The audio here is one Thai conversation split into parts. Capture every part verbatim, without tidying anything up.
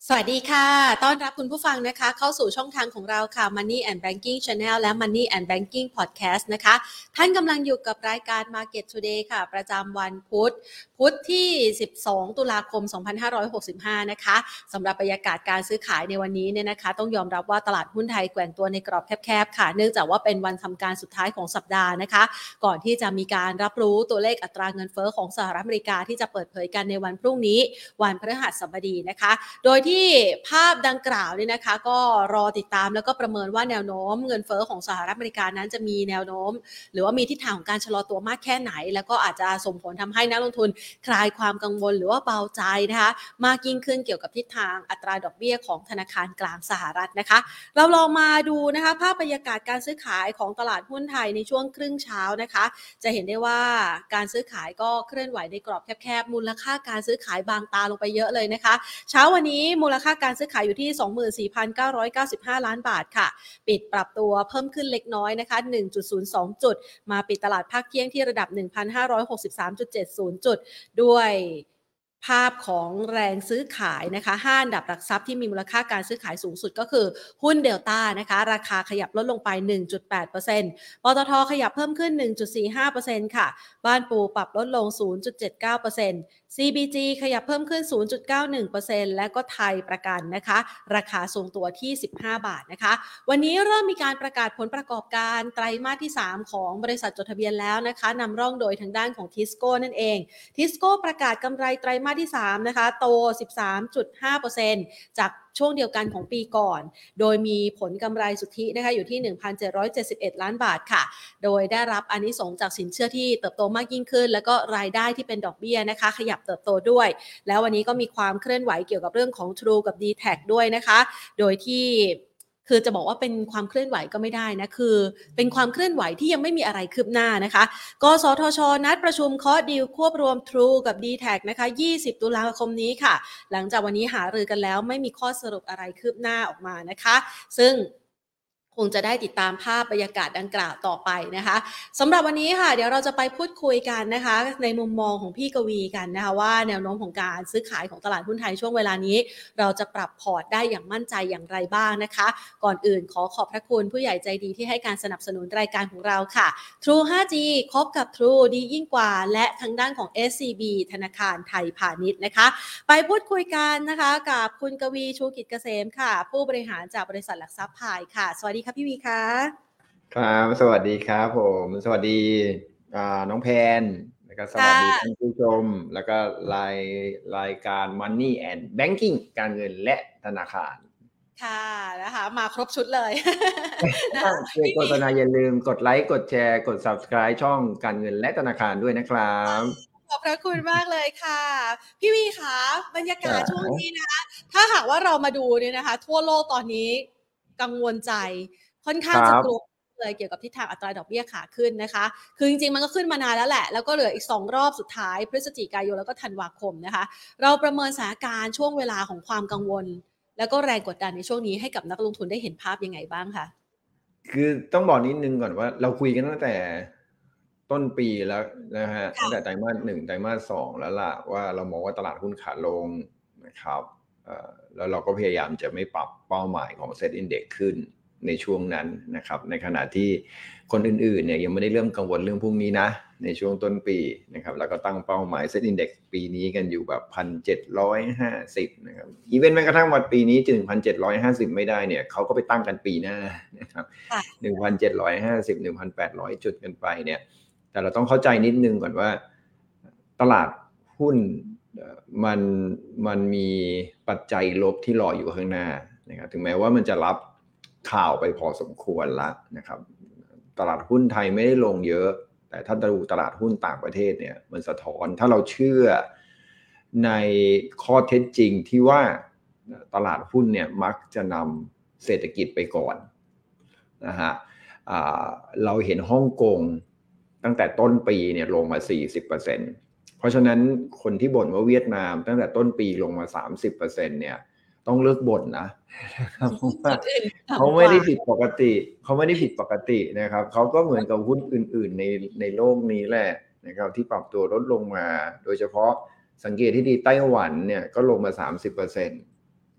สวัสดีค่ะต้อนรับคุณผู้ฟังนะคะเข้าสู่ช่องทางของเราค่ะ Money and Banking Channel และ Money and Banking Podcast นะคะท่านกำลังอยู่กับรายการ Market Today ค่ะประจำวันพุธพุธที่สิบสองตุลาคมสองพันห้าร้อยหกสิบห้านะคะสำหรับบรรยากาศการซื้อขายในวันนี้เนี่ยนะคะต้องยอมรับว่าตลาดหุ้นไทยแกว่งตัวในกรอบแคบๆค่ะเนื่องจากว่าเป็นวันทำการสุดท้ายของสัปดาห์นะคะก่อนที่จะมีการรับรู้ตัวเลขอัตราเงินเฟ้อของสหรัฐอเมริกาที่จะเปิดเผยกันในวันพรุ่งนี้วันพฤหัสบดีนะคะโดยที่ภาพดังกล่าวเนี่ยนะคะก็รอติดตามแล้วก็ประเมินว่าแนวโน้มเงินเฟ้อของสหรัฐอเมริกานั้นจะมีแนวโน้มหรือว่ามีทิศทางของการชะลอตัวมากแค่ไหนแล้วก็อาจจะส่งผลทำให้นักลงทุนคลายความกังวลหรือว่าเบาใจนะคะมากยิ่งขึ้นเกี่ยวกับทิศทางอัตราดอกเบี้ยของธนาคารกลางสหรัฐนะคะเราลองมาดูนะคะภาพบรรยากาศการซื้อขายของตลาดหุ้นไทยในช่วงครึ่งเช้านะคะจะเห็นได้ว่าการซื้อขายก็เคลื่อนไหวในกรอบแคบๆมูลค่าการซื้อขายบางตาลงไปเยอะเลยนะคะเช้าวันนี้มูลค่าการซื้อขายอยู่ที่ สองหมื่นสี่พันเก้าร้อยเก้าสิบห้า ล้านบาทค่ะปิดปรับตัวเพิ่มขึ้นเล็กน้อยนะคะ หนึ่งจุดศูนย์สอง จุดมาปิดตลาดภาคเที่ยงที่ระดับ หนึ่งพันห้าร้อยหกสิบสามจุดเจ็ดศูนย์ จุดด้วยภาพของแรงซื้อขายนะคะห้าอันดับหลักทรัพย์ที่มีมูลค่าการซื้อขายสูงสุดก็คือหุ้นเดลต้านะคะราคาขยับลดลงไป หนึ่งจุดแปดเปอร์เซ็นต์ ปตท.ขยับเพิ่มขึ้น หนึ่งจุดสี่ห้าเปอร์เซ็นต์ ค่ะบ้านปูปรับลดลง ศูนย์จุดเจ็ดเก้าเปอร์เซ็นต์ ซี บี จี ขยับเพิ่มขึ้น ศูนย์จุดเก้าหนึ่งเปอร์เซ็นต์ และก็ไทยประกันนะคะราคาทรงตัวที่สิบห้าบาทนะคะวันนี้เริ่มมีการประกาศผลประกอบการไตรมาสที่สามของบริษัทจดทะเบียนแล้วนะคะนำร่องโดยทางด้านของ Tisco นั่นเอง Tisco ประกาศกำไรไตรมาสที่สามนะคะโต สิบสามจุดห้าเปอร์เซ็นต์ จากช่วงเดียวกันของปีก่อนโดยมีผลกำไรสุทธินะคะอยู่ที่ หนึ่งพันเจ็ดร้อยเจ็ดสิบเอ็ด ล้านบาทค่ะโดยได้รับอานิสงส์จากสินเชื่อที่เติบโตมากยิ่งขึ้นแล้วก็รายได้ที่เป็นดอกเบี้ยนะคะขยับเติบโตด้วยแล้ววันนี้ก็มีความเคลื่อนไหวเกี่ยวกับเรื่องของ True กับ ดี แท็ก ด้วยนะคะโดยที่คือจะบอกว่าเป็นความเคลื่อนไหวก็ไม่ได้นะคือเป็นความเคลื่อนไหวที่ยังไม่มีอะไรคืบหน้านะคะกสทช.นัดประชุมเคาะดีลควบรวม True กับ ดี แท็ก นะคะยี่สิบตุลาคมนี้ค่ะหลังจากวันนี้หารือกันแล้วไม่มีข้อสรุปอะไรคืบหน้าออกมานะคะซึ่งคงจะได้ติดตามภาพบรรยากาศดังกล่าวต่อไปนะคะสำหรับวันนี้ค่ะเดี๋ยวเราจะไปพูดคุยกันนะคะในมุมมองของพี่กวีกันนะคะว่าแนวโน้มของการซื้อขายของตลาดหุ้นไทยช่วงเวลานี้เราจะปรับพอร์ตได้อย่างมั่นใจอย่างไรบ้างนะคะก่อนอื่นขอขอบพระคุณผู้ใหญ่ใจดีที่ให้การสนับสนุนรายการของเราค่ะ True ไฟว์ จี คบกับ True ดียิ่งกว่าและทางด้านของ เอส ซี บี ธนาคารไทยพาณิชย์นะคะไปพูดคุยกันนะคะกับคุณกวีชูกิจเกษมค่ะผู้บริหารจากบริษัทหลักทรัพย์พายค่ะสวัสดีค่ะพี่วีค่ะครับสวัสดีครับผมสวัสดีน้องแพนแล้วก็สวัสดีท่านผู้ชมแล้วก็รายรายการ Money and Banking การเงินและธนาคารค่ะนะคะมาครบชุดเลยนะคะโฆษณาอย่าลืมกดไลค์กดแชร์กด Subscribe ช่องการเงินและธนาคารด้วยนะครับขอบพระคุณมากเลยค่ะพี่วีคะบรรยากาศช่วงนี้นะคะถ้าหากว่าเรามาดูเนี่ยนะคะทั่วโลกตอนนี้กังวลใจค่อนข้างจะกลัวเลยเกี่ยวกับทิศทางอัตราดอกเบี้ยขาขึ้นนะคะคือจริงๆมันก็ขึ้นมานานแล้วแหละแล้วก็เหลืออีกสองรอบสุดท้ายพฤศจิกายนแล้วก็ธันวาคมนะคะเราประเมินสถานการณ์ช่วงเวลาของความกังวลแล้วก็แรงกดดันในช่วงนี้ให้กับนักลงทุนได้เห็นภาพยังไงบ้างคะคือต้องบอกนิดนึงก่อนว่าเราคุยกันตั้งแต่ต้นปีแล้วนะฮะตั้งแต่ไตรมาสหนึ่งไตรมาสสองแล้วล่ะว่าเรามองว่าตลาดหุ้นขาลงนะครับแล้วเราก็พยายามจะไม่ปรับเป้าหมายของ Set Index ขึ้นในช่วงนั้นนะครับในขณะที่คนอื่นๆเนี่ยยังไม่ได้เริ่มกังวลเรื่องพวกนี้นะในช่วงต้นปีนะครับแล้วก็ตั้งเป้าหมาย Set Index ปีนี้กันอยู่แบบ หนึ่งพันเจ็ดร้อยห้าสิบ นะครับอีเวนต์แม้กระทั่งวันปีนี้ถึง หนึ่งพันเจ็ดร้อยห้าสิบ ไม่ได้เนี่ยเขาก็ไปตั้งกันปีหน้านะครับ หนึ่งพันเจ็ดร้อยห้าสิบ หนึ่งพันแปดร้อย จุดกันไปเนี่ยแต่เราต้องเข้าใจนิดนึงก่อนว่าตลาดหุ้นมันมันมีปัจจัยลบที่รออยู่ข้างหน้านะครับถึงแม้ว่ามันจะรับข่าวไปพอสมควรแล้วนะครับตลาดหุ้นไทยไม่ได้ลงเยอะแต่ถ้าดูตลาดหุ้นต่างประเทศเนี่ยมันสะท้อนถ้าเราเชื่อในข้อเท็จจริงที่ว่าตลาดหุ้นเนี่ยมักจะนำเศรษฐกิจไปก่อนนะฮะเราเห็นฮ่องกงตั้งแต่ต้นปีเนี่ยลงมา สี่สิบเปอร์เซ็นต์ เพราะฉะนั้นคนที่บ่นว่าเวียดนามตั้งแต่ต้นปีลงมา สามสิบเปอร์เซ็นต์ เนี่ยต้องเลิกบ่นนะเพราะว่าเขาไม่ได้ผิดปกติเขาไม่ได้ผิดปกตินะครับเขาก็เหมือนกับหุ้นอื่นๆในในโลกนี้แหละนะครับที่ปรับตัวลดลงมาโดยเฉพาะสังเกตที่ดีไต้หวันเนี่ยก็ลงมา สามสิบเปอร์เซ็นต์ นะครับ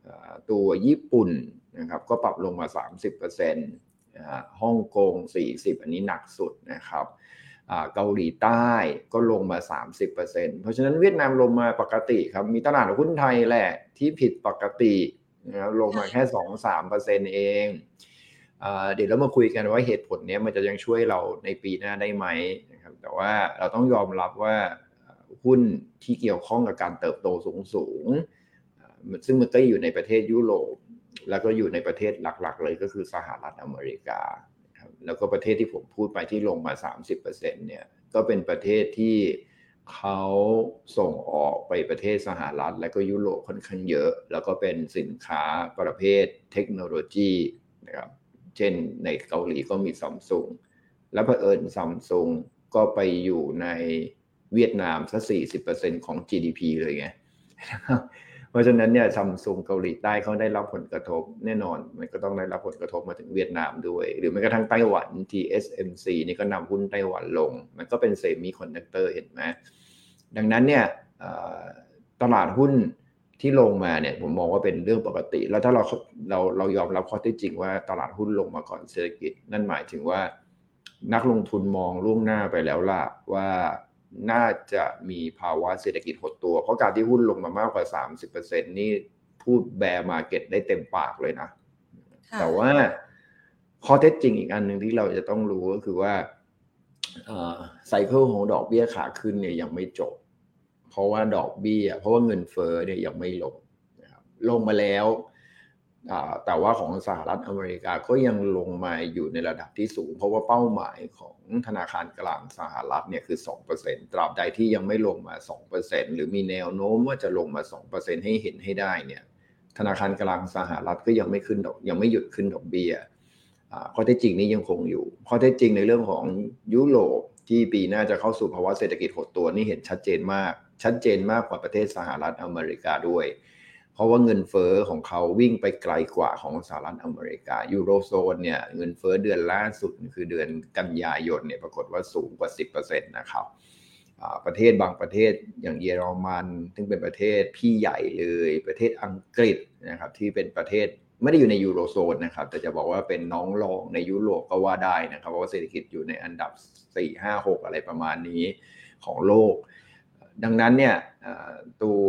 ตัวญี่ปุ่นนะครับก็ปรับลงมา สามสิบเปอร์เซ็นต์ ฮ่องกงสี่สิบอันนี้หนักสุดนะครับเกาหลีใต้ก็ลงมา สามสิบเปอร์เซ็นต์ เพราะฉะนั้นเวียดนามลงมาปกติครับมีตลาดหุ้นไทยแหละที่ผิดปกตินะครับลงมาแค่ สองถึงสามเปอร์เซ็นต์ เองเดี๋ยวเรามาคุยกันว่าเหตุผลนี้มันจะยังช่วยเราในปีหน้าได้ไหมนะครับแต่ว่าเราต้องยอมรับว่าหุ้นที่เกี่ยวข้องกับการเติบโตสูงๆซึ่งมันก็อยู่ในประเทศยุโรปแล้วก็อยู่ในประเทศหลักๆเลยก็คือสหรัฐอเมริกาครับแล้วก็ประเทศที่ผมพูดไปที่ลงมา สามสิบเปอร์เซ็นต์ เนี่ยก็เป็นประเทศที่เขาส่งออกไปประเทศสหรัฐและก็ยุโรปค่อนข้างเยอะแล้วก็เป็นสินค้าประเภทเทคโนโลยีนะครับเช่นในเกาหลีก็มี Samsung และเผอิญ Samsung ก็ไปอยู่ในเวียดนามซะ สี่สิบเปอร์เซ็นต์ ของ จี ดี พี เลยไงเพราะฉะนั้นเนี่ย Samsung เกาหลีใต้เขาได้รับผลกระทบแน่นอนมันก็ต้องได้รับผลกระทบมาถึงเวียดนามด้วยหรือแม้กระทั่งไต้หวัน ที เอส เอ็ม ซี นี่ก็นำหุ้นไต้หวันลงมันก็เป็นเซมิคอนดักเตอร์เห็นไหมดังนั้นเนี่ยตลาดหุ้นที่ลงมาเนี่ยผมมองว่าเป็นเรื่องปกติแล้วถ้าเราเราเรายอมรับข้อเท็จจริงว่าตลาดหุ้นลงมาก่อนเศรษฐกิจนั่นหมายถึงว่านักลงทุนมองล่วงหน้าไปแล้วล่ะว่าน่าจะมีภาวะเศรษฐกิจหดตัวเพราะการที่หุ้นลงมามากกว่า สามสิบเปอร์เซ็นต์ นี่พูดแบร์มาร์เก็ตได้เต็มปากเลยนะแต่ว่าข้อเท็จจริงอีกอันนึงที่เราจะต้องรู้ก็คือว่าไซเคิลของดอกเบี้ยขาขึ้นเนี่ยยังไม่จบเพราะว่าดอกเบี้ยเพราะว่าเงินเฟ้อเนี่ยยังไม่ลงนะครับลงมาแล้วแต่ว่าของสหรัฐอเมริกาก็ยังลงมาอยู่ในระดับที่สูงเพราะว่าเป้าหมายของธนาคารกลางสหรัฐเนี่ยคือ สองเปอร์เซ็นต์ ตราบใดที่ยังไม่ลงมา สองเปอร์เซ็นต์ หรือมีแนวโน้มว่าจะลงมา สองเปอร์เซ็นต์ ให้เห็นให้ได้เนี่ยธนาคารกลางสหรัฐก็ยังไม่ขึ้นดอกยังไม่หยุดขึ้นดอกเบี้ยข้อเท็จจริงนี้ยังคงอยู่ข้อเท็จจริงในเรื่องของยุโรปที่ปีหน้าจะเข้าสู่ภาวะเศรษฐกิจหดตัวนี่เห็นชัดเจนมากชัดเจนมากกว่าประเทศสหรัฐอเมริกาด้วยเพราะว่าเงินเฟ้อของเขาวิ่งไปไกลกว่าของสหรัฐอเมริกายูโรโซนเนี่ยเงินเฟ้อเดือนล่าสุดคือเดือนกันยายนเนี่ยปรากฏว่าสูงกว่า สิบเปอร์เซ็นต์ นะครับประเทศบางประเทศอย่างเยอรมันซึ่งเป็นประเทศพี่ใหญ่เลยประเทศอังกฤษนะครับที่เป็นประเทศไม่ได้อยู่ในยูโรโซนนะครับแต่จะบอกว่าเป็นน้องรองในยุโรปก็ว่าได้นะครับเพราะว่าเศรษฐกิจอยู่ในอันดับสี่ ห้า หกอะไรประมาณนี้ของโลกดังนั้นเนี่ยตัว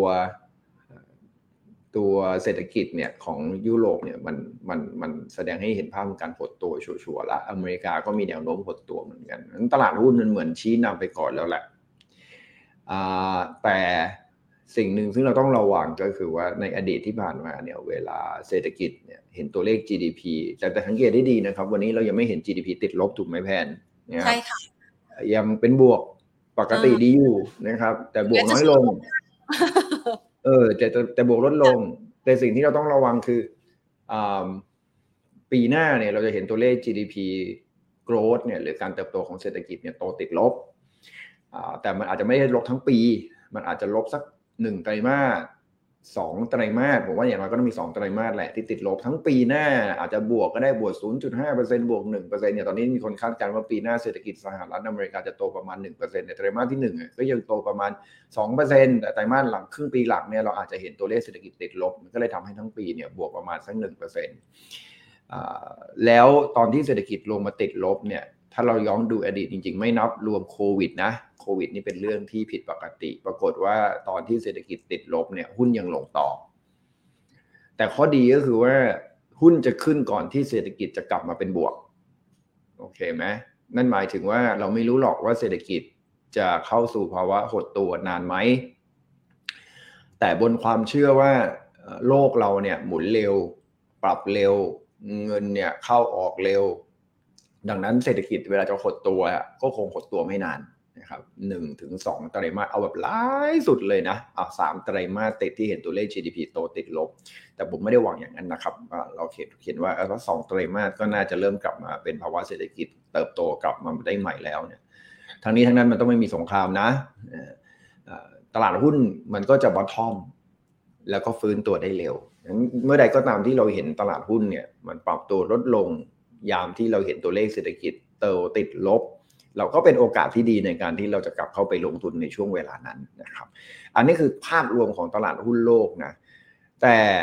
ตัวเศรษฐกิจเนี่ยของยุโรปเนี่ยมันมันมันแสดงให้เห็นภาพการหดตัวชัวร์ๆแล้วอเมริกาก็มีแนวโน้มหดตัวเหมือนกันตลาดหุ้นมันเหมือนชี้นำไปก่อนแล้วแหละแต่สิ่งหนึ่งซึ่งเราต้องระวังก็คือว่าในอดีตที่ผ่านมาเนี่ยเวลาเศรษฐกิจเนี่ยเห็นตัวเลข จี ดี พี แต่แต่สังเกตได้ดีนะครับวันนี้เรายังไม่เห็น จี ดี พี ติดลบถูกไหมแพนใช่ค่ะยังเป็นบวกปกติดีอยู่นะครับแต่บวกน้อยลงเออแต่แต่บวกลดลงแต่สิ่งที่เราต้องระวังคือปีหน้าเนี่ยเราจะเห็นตัวเลข จี ดี พี growth เนี่ยหรือการเติบโตของเศรษฐกิจเนี่ยโตติดลบแต่มันอาจจะไม่ได้ลบทั้งปีมันอาจจะลบสักหนึ่งไตรมาสสองไตรมาสผมว่าอย่างน้อยก็ต้องมีสองไตรมาสแหละที่ติดลบทั้งปีหน้าอาจจะบวกก็ได้บวก ศูนย์จุดห้าเปอร์เซ็นต์ บวก หนึ่งเปอร์เซ็นต์ เนี่ยตอนนี้มีคนคาดการณ์ว่าปีหน้าเศรษฐกิจสหรัฐอเมริกาจะโตประมาณ หนึ่งเปอร์เซ็นต์ ในไตรมาสที่หนึ่งก็ยังโตประมาณ สองเปอร์เซ็นต์ แต่ไตรมาสหลังครึ่งปีหลังเนี่ยเราอาจจะเห็นตัวเลขเศรษฐกิจติดลบมันก็เลยทำให้ทั้งปีเนี่ยบวกประมาณสัก หนึ่งเปอร์เซ็นต์ อ่าแล้วตอนที่เศรษฐกิจลงมาติดลบเนี่ยถ้าเราย้อนดูอดีตจริงๆไม่นับรวมโควิดนะโควิดนี่เป็นเรื่องที่ผิดปกติปรากฏว่าตอนที่เศรษฐกิจติดลบเนี่ยหุ้นยังลงต่อแต่ข้อดีก็คือว่าหุ้นจะขึ้นก่อนที่เศรษฐกิจจะกลับมาเป็นบวกโอเคไหมนั่นหมายถึงว่าเราไม่รู้หรอกว่าเศรษฐกิจจะเข้าสู่ภาวะหดตัวนานไหมแต่บนความเชื่อว่าโลกเราเนี่ยหมุนเร็วปรับเร็วเงินเนี่ยเข้าออกเร็วดังนั้นเศรษฐกิจเวลาจะหดตัวก็คงหดตัวไม่นานนะครับหนึ่งถึงสองไตรมาสเอาแบบร้ายสุดเลยนะอ่ะสามไตรมาสติดที่เห็นตัวเลข จี ดี พี โตติดลบแต่ผมไม่ได้หวังอย่างนั้นนะครับเราเขียนเขียนว่าถ้าสองไตรมาสก็น่าจะเริ่มกลับมาเป็นภาวะเศรษฐกิจเติบโตกลับมาได้ใหม่แล้วเนี่ยทั้งนี้ทั้งนั้นมันต้องไม่มีสงครามนะตลาดหุ้นมันก็จะบอททอมแล้วก็ฟื้นตัวได้เร็วเมื่อใดก็ตามที่เราเห็นตลาดหุ้นเนี่ยมันปรับตัวลดลงยามที่เราเห็นตัวเลขเศรษฐกิจเติบติดลบเราก็เป็นโอกาสที่ดีในการที่เราจะกลับเข้าไปลงทุนในช่วงเวลานั้นนะครับอันนี้คือภาพรวมของตลาดหุ้นโลกนะแต่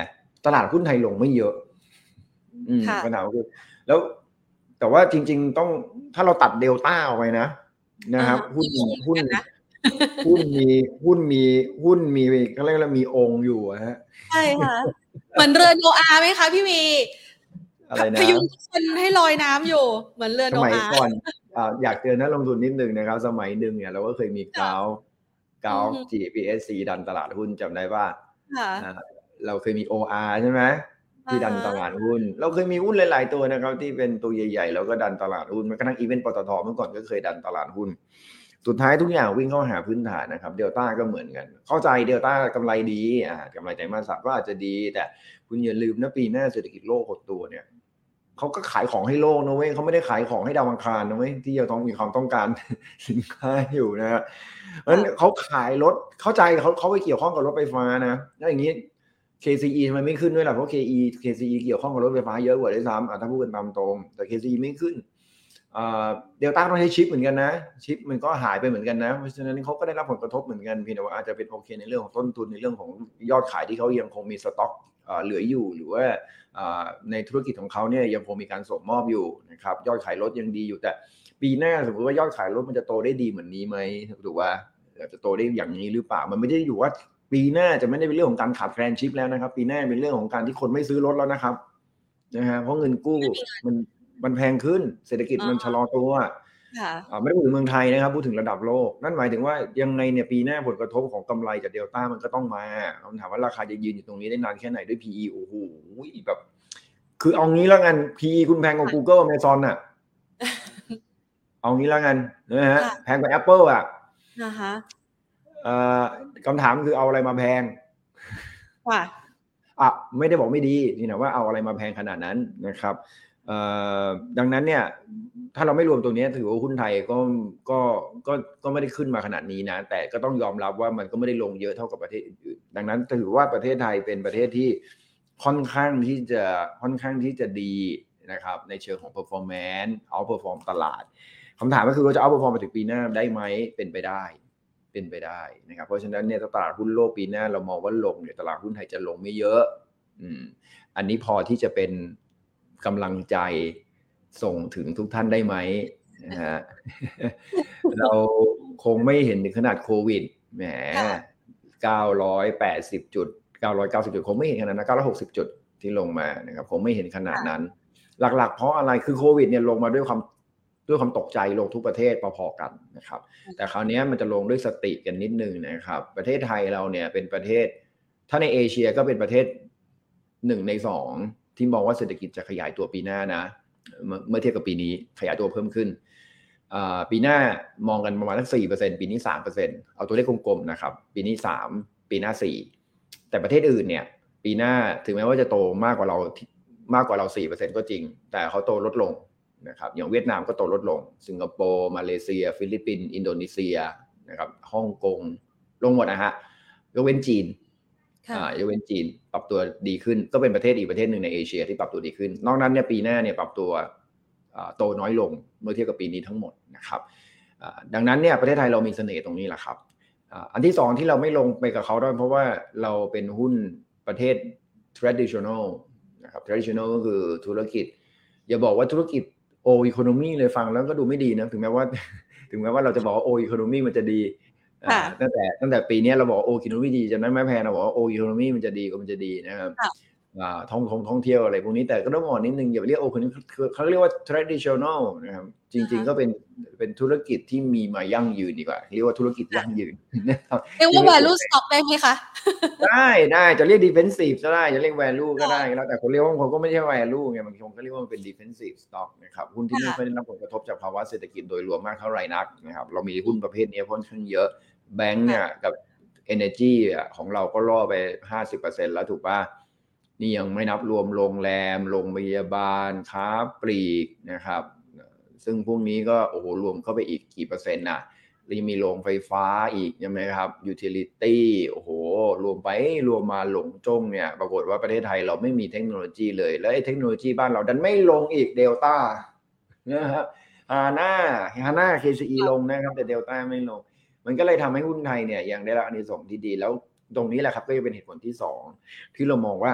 ตลาดหุ้นไทยลงไม่เยอะอืมค่ะปัญหาคือแล้วแต่ว่าจริงๆต้องถ้าเราตัดเดลต้าออกไปนะนะครับอ่าหุ้นมีองค์เหมืหุ้อนนกันนะหุ้นมีหุ้นมีหุ้นมีเขาเรียกว่ามีองค์อยู่อะฮะใช่ค่ะ เหมือนเรือโนอาห์ไหมคะพี่วีอะไรนะพยุงทุกคนให้ลอยน้ำอยู่เหมือนเรือสโนมัยอาห์ก่อนอ่าอยากเตือนนักลงทุนนิดนึงนะครับ สมัยหนึ่งเนี่ยเราก็เคยมีค่ะกราฟกราอือฟฮึจี พี เอส ซี ดันตลาดหุ้นจำได้เปล่าค่ะอ่าเราเคยมี โอ อาร์ ใช่ไหมอที่ดันอะตฮะลาดหุ้นเราเคยมีหุ้นหลายๆตัวนะครับที่เป็นตัวใหญ่ๆแล้วก็ดันตลาดหุ้นแม้กระทั่งอีเวนต์ปตท. เมื่อก่อนก็เคยดันตลาดหุ้นสุดท้ายทุกอย่างวิ่งเข้าหาพื้นฐานนะครับเดลต้าก็เหมือนกันเข้าใจเดลต้ากำไรดีอ่ากำไรไตรมาสสามก็อาจจะดีแต่คุณอย่าลืมนะปีหน้าเศรษฐกิจโลกหดตัวเนี่ยเขาก็ขายของให้โลกนะเว้ยเขาไม่ได้ขายของให้ดาวอังคารนะเว้ยที่จะต้องมีความต้องการสินค้าอยู่นะฮะเพราะฉะนั้นเขาขายรถเข้าใจเขาเขาไปเกี่ยวข้องกับรถไฟฟ้านะแล้วอย่างนี้ เค ซี อี ทำไมไม่ขึ้นด้วยล่ะเพราะ เค อี เค ซี อี เกี่ยวข้องกับรถไฟฟ้าเยอะกว่าด้วยซ้ำถ้าพูดกันตามตรงแต่ เค ซี อี ไม่ขึ้นเดลต้าต้องใช้ชิปเหมือนกันนะชิปมันก็หายไปเหมือนกันนะเพราะฉะนั้นเขาก็ได้รับผลกระทบเหมือนกันเพียงแต่ว่าอาจจะเป็นโอเคในเรื่องของต้นทุนในเรื่องของยอดขายที่เขายังคงมีสต็อกเหลืออยู่หรือว่าในธุรกิจของเขาเนี่ยยังคงมีการส่งมอบอยู่นะครับยอดขายรถยังดีอยู่แต่ปีหน้าสมมติว่ายอดขายรถมันจะโตได้ดีเหมือนนี้ไหมถูกว่าจะโตได้อย่างนี้หรือเปล่ามันไม่ได้อยู่ว่าปีหน้าจะไม่ได้เป็นเรื่องของการขาดแคลนชิปแล้วนะครับปีหน้าเป็นเรื่องของการที่คนไม่ซื้อรถแล้วนะครับนะฮะเพราะเงินกู้มันมันแพงขึ้นเศรษฐกิจมันชะลอตัวไม่ได้พูดถึงเมืองไทยนะครับพูดถึงระดับโลกนั่นหมายถึงว่ายังไงเนี่ยปีหน้าผลกระทบของกำไรจากเดลต้ามันก็ต้องมาคำถามว่าราคาจะยืนอยู่ตรงนี้ได้นานแค่ไหนด้วย พี อี โอ้โหแบบคือเอางี้แล้วกัน พี อี คุณแพงกว่า Google Amazon อ่ะเอางี้แล้วกันนะฮะแพงกว่า Apple อ่ะนะคะคำถามคือเอาอะไรมาแพงค่ะอ่ะไม่ได้บอกไม่ดีนี่นะว่าเอาอะไรมาแพงขนาดนั้นนะครับดังนั้นเนี่ยถ้าเราไม่รวมตัวนี้ถือว่าหุ้นไทยก็ก็ก็ก็ไม่ได้ขึ้นมาขนาดนี้นะแต่ก็ต้องยอมรับว่ามันก็ไม่ได้ลงเยอะเท่ากับประเทศอื่นๆดังนั้นถือว่าประเทศไทยเป็นประเทศที่ค่อนข้างที่จะค่อนข้างที่จะดีนะครับในเชิงของ performance outperform ตลาดคำถามก็คือเราจะ outperform ไปถึงปีหน้าได้ไหมเป็นไปได้เป็นไปได้นะครับเพราะฉะนั้นเนี่ยตลาดหุ้นโลกปีหน้าเรามองว่าลงเนี่ยตลาดหุ้นไทยจะลงไม่เยอะอืมอันนี้พอที่จะเป็นกำลังใจส่งถึงทุกท่านได้ไหมนะฮะ เราคงไม่เห็นถึงขนาดโควิดแหมเก้าร้อยแปดสิบจุดเก้าร้อยเก้าสิบจุดคงไม่เห็นขนาดนั้นเก้าร้อยหกสิบจุดที่ลงมานะครับคงไม่เห็นขนาดนั้นหลักๆเพราะอะไรคือโควิดเนี่ยลงมาด้วยความด้วยความตกใจลงทุกประเทศพอๆกันนะครับแต่คราวนี้มันจะลงด้วยสติกันนิดนึงนะครับประเทศไทยเราเนี่ยเป็นประเทศถ้าในเอเชียก็เป็นประเทศหนึ่งในสองที่มองว่าเศรษฐกิจจะขยายตัวปีหน้านะเมื่อเทียบกับปีนี้ขยายตัวเพิ่มขึ้นปีหน้ามองกันประมาณสัก สี่เปอร์เซ็นต์ ปีนี้ สามเปอร์เซ็นต์ เอาตัวเลขกลมๆนะครับปีนี้สามปีหน้าสี่แต่ประเทศอื่นเนี่ยปีหน้าถึงแม้ว่าจะโตมากกว่าเรามากกว่าเรา สี่เปอร์เซ็นต์ ก็จริงแต่เขาโตลดลงนะครับอย่างเวียดนามก็โตลดลงสิงคโปร์มาเลเซียฟิลิปปินส์อินโดนีเซียนะครับฮ่องกงลงหมดนะฮะยกเว้นจีนอ่ายกเว้นจีนปรับตัวดีขึ้นก็เป็นประเทศอีกประเทศหนึ่งในเอเชียที่ปรับตัวดีขึ้นนอกนั้นเนี่ยปีหน้าเนี่ยปรับตัวโตน้อยลงเมื่อเทียบกับปีนี้ทั้งหมดนะครับดังนั้นเนี่ยประเทศไทยเรามีเสน่ห์ตรงนี้แหละครับอันที่สองที่เราไม่ลงไปกับเขาด้วยเพราะว่าเราเป็นหุ้นประเทศ traditional นะครับ traditional ก็คือธุรกิจอย่าบอกว่าธุรกิจ old economy เลยฟังแล้วก็ดูไม่ดีนะถึงแม้ว่าถึงแม้ว่าเราจะบอกว่า old economy มันจะดีตั้งแต่ตั้งแต่ปีนี้เราบอก old economy ดีจำได้ไหมแพนเราบอกว่า old economy มันจะดีก็มันจะดีนะครับท่องท่องท่องเที่ยวอะไรพวกนี้แต่ก็ต้องบอกนิดนึงอย่าไปเรียกโอคนนี้เขาเรียกว่า traditional นะครับจริงๆก็เป็นเป็นธุรกิจที่มีมายั่งยืนดีกว่าเรียกว่าธุรกิจยั่งยืนนะครับเรียกว่า value stock ได้ไหมคะได้ได้จะเรียก defensive ก็ได้จะเรียก value ก็ได้แล้วแต่คนเรียกว่าคนก็ไม่ใช่ value ไงบางคนก็เรียกว่ามันเป็น defensive stock นะครับหุ้นที่ไม่ค่อยได้รับผลกระทบจากภาวะเศรษฐกิจโดยรวมมากเท่าไหร่นักนะครับเรามีหุ้นประเภทนี้ค่อนข้างเยอะแบงค์เนี่ยกับ energy ของเราก็ล่อไป ห้าสิบเปอร์เซ็นต์ แล้วถูกป่ะนี่ยังไม่นับรวมโรงแรมโรงพยาบาลค้าปลีกนะครับซึ่งพวกนี้ก็โอ้โหรวมเข้าไปอีกกี่เปอร์เซ็นต์น่ะแล้วยังมีโรงไฟฟ้าอีกใช่ไหมครับยูทิลิตี้โอ้โหรวมไปรวมมาหลงจ้งเนี่ยปรากฏว่าประเทศไทยเราไม่มีเทคโนโลยีเลยแล้วไอ้เทคโนโลยีบ้านเราดันไม่ลงอีกเดลต้านะครับฮาน่าฮาน่า เค ซี อี ลงนะครับแต่เดลต้าไม่ลงมันก็เลยทำให้หุ้นไทยเนี่ยยังได้รับอานิสงส์ที่ดีแล้วตรงนี้แหละครับก็จะเป็นเหตุผลที่สองที่เรามองว่า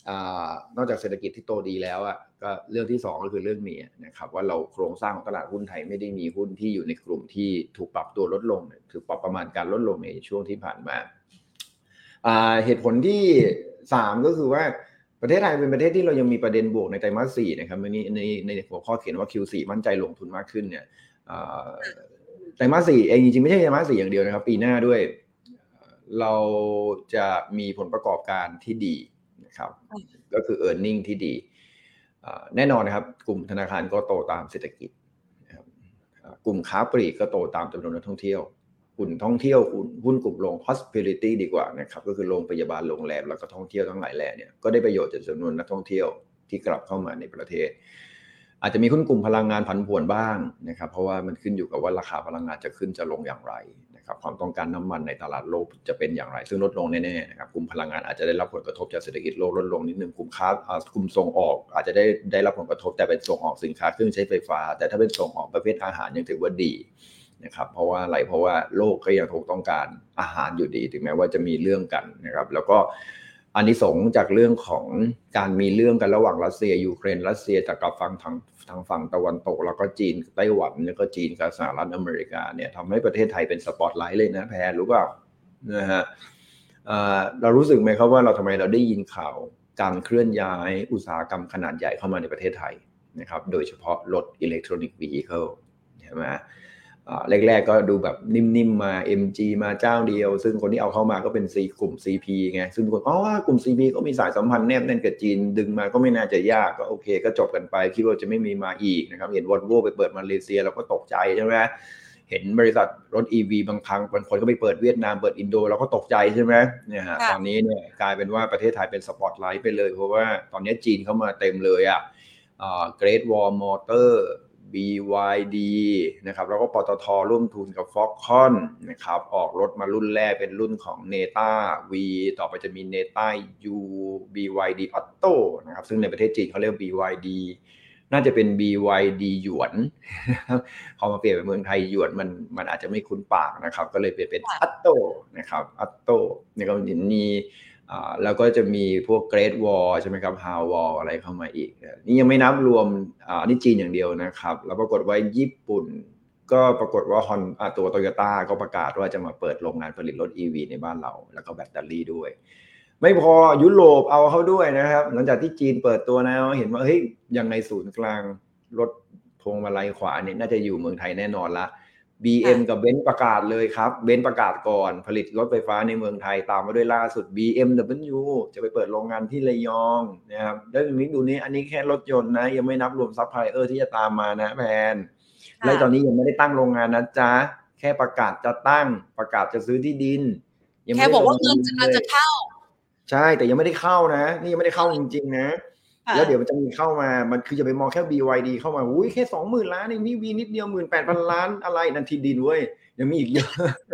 นอกจากเศรษฐกิจที่โตดีแล้วอ่ะก็เรื่องที่สองก็คือเรื่องนี้นะครับว่าเราโครงสร้างของตลาดหุ้นไทยไม่ได้มีหุ้นที่อยู่ในกลุ่มที่ถูกปรับตัวลดลงถือปรับประมาณการลดลงในช่วงที่ผ่านมาเหตุผลที่สามก็คือว่าประเทศไทยเป็นประเทศที่เรายังมีประเด็นบวกในไตรมาสสี่นะครับในในในหัวข้อเขียนว่า คิว โฟร์ มั่นใจลงทุนมากขึ้นเนี่ยไตรมาสสี่เองจริงๆไม่ใช่ไตรมาสสี่อย่างเดียวนะครับปีหน้าด้วยเราจะมีผลประกอบการที่ดีนะครับก็คือ earning ที่ดีแน่นอนนะครับกลุ่มธนาคารก็โตตามเศรษฐกิจกลุ่มค้าปลีกก็โตตามจำนวนนักท่องเที่ยวหุ้นท่องเที่ยวหุ้นกลุ่มโรง hospitality ดีกว่านะครับก็คือโรงพยาบาลโรงแรมแล้วก็ท่องเที่ยวทั้งหลายแหล่เนี่ยก็ได้ประโยชน์จากจำนวนนักท่องเที่ยวที่กลับเข้ามาในประเทศอาจจะมีหุ้นกลุ่มพลังงานผันผวนบ้างนะครับเพราะว่ามันขึ้นอยู่กับว่าราคาพลังงานจะขึ้นจะลงอย่างไรนะครับความต้องการน้ำมันในตลาดโลกจะเป็นอย่างไรซึ่งลดลงแน่ๆนะครับกลุ่มพลังงานอาจจะได้รับผลกระทบจากเศรษฐกิจโลกลดลงนิดนึงกลุ่มค้ากลุ่มส่งออกอาจจะได้ได้รับผลกระทบแต่เป็นส่งออกสินค้าเครื่องใช้ไฟฟ้าแต่ถ้าเป็นส่งออกประเภทอาหารยังถือว่าดีนะครับเพราะว่าอะไรเพราะว่าโลกก็ยังคงต้องการอาหารอยู่ดีถึงแม้ว่าจะมีเรื่องกันนะครับแล้วก็อานิสงส์จากเรื่องของการมีเรื่องกันระหว่างรัสเซียยูเครนรัสเซียจากกับฝั่งทางทางฝั่งตะวันตกแล้วก็จีนไต้หวันแล้วก็จีนกับสหรัฐอเมริกาเนี่ยทำให้ประเทศไทยเป็นสปอตไลท์เลยนะแพรรู้เปล่านะฮะเรารู้สึกไหมครับว่าเราทำไมเราได้ยินข่าวการเคลื่อนย้ายอุตสาหกรรมขนาดใหญ่เข้ามาในประเทศไทยนะครับโดยเฉพาะรถอิเล็กทรอนิกส์วีฮิเคิลใช่ไหมแรกๆก็ดูแบบนิ่มๆมา เอ็ม จี มาเจ้าเดียวซึ่งคนที่เอาเข้ามาก็เป็น C กลุ่ม ซี พี ไงซึ่งคนอ๋อกลุ่ม ซี พี ก็มีสายสัมพันธ์แนบแน่นกับจีนดึงมาก็ไม่น่าจะยากก็โอเคก็จบกันไปคิดว่าจะไม่มีมาอีกนะครับเห็น Volvo ไปเปิดมาเลเซียเราก็ตกใจใช่ไหมเห็นบริษัทรถ อี วี บางครั้งบางคนก็ไปเปิดเวียดนามเปิดอินโดเราก็ตกใจใช่ไหมเนี่ยฮะตอนนี้เนี่ยกลายเป็นว่าประเทศไทยเป็นสปอตไลท์ไปเลยเพราะว่าตอนนี้จีนเข้ามาเต็มเลยอ่ะGreat Wall Motorบี วาย ดี นะครับแล้วก็ปตท.ร่วมทุนกับ Foxconn นะครับออกรถมารุ่นแรกเป็นรุ่นของ เนต้า V ต่อไปจะมี เนต้า U บี วาย ดี Auto นะครับซึ่งในประเทศจีนเขาเรียก บี วาย ดี น่าจะเป็น บี วาย ดี หยวนพอมาเปลี่ยนเป็นเมืองไทยหยวนมันมันอาจจะไม่คุ้นปากนะครับก็เลยเปลี่ยนเป็น Auto นะครับ Auto นี่ก็มีแล้วก็จะมีพวก Great Wall ใช่ไหมครับ How Wall อะไรเข้ามาอีกนี่ยังไม่นับรวมอันนี้จีนอย่างเดียวนะครับแล้วปรากฏว่าญี่ปุ่นก็ปรากฏว่าฮอนตัว Toyota ก็ประกาศว่าจะมาเปิดโรงงานผลิตรถ อี วี ในบ้านเราแล้วก็แบตเตอรี่ด้วยไม่พอยุโรปเอาเข้าด้วยนะครับหลังจากที่จีนเปิดตัวแล้วเห็นว่าเฮ้ยยังในศูนย์กลางรถพวงมาลัยขวาเนี่ยน่าจะอยู่เมืองไทยแน่นอนละบี เอ็ม กับ Benz ประกาศเลยครับ Benz ประกาศก่อนผลิตรถไฟฟ้าในเมืองไทยตามมาด้วยล่าสุด บี เอ็ม ดับเบิลยู จะไปเปิดโรงงานที่ระยองนะครับแล้วมิกดูนี้อันนี้แค่รถยนต์นะยังไม่นับรวมซัพพลายเออร์ที่จะตามมานะแพนและตอนนี้ยังไม่ได้ตั้งโรงงานนะจ๊ะแค่ประกาศจะตั้งประกาศจะซื้อที่ดินแค่บอกว่าเงินกำลังจะเข้าใช่แต่ยังไม่ได้เข้านะนี่ยังไม่ได้เข้าจริงๆนะแล้วเดี๋ยวมันจะมีเข้ามามันคือจะไปมองแค่ บี วาย ดี เข้ามาอุ้ยแค่ สองหมื่น ล้านนี่นี่วีนิดเดียว หนึ่งหมื่นแปดพัน ล้านอะไรนั่นที่ดินเว้ยยังมีอีกเยอะ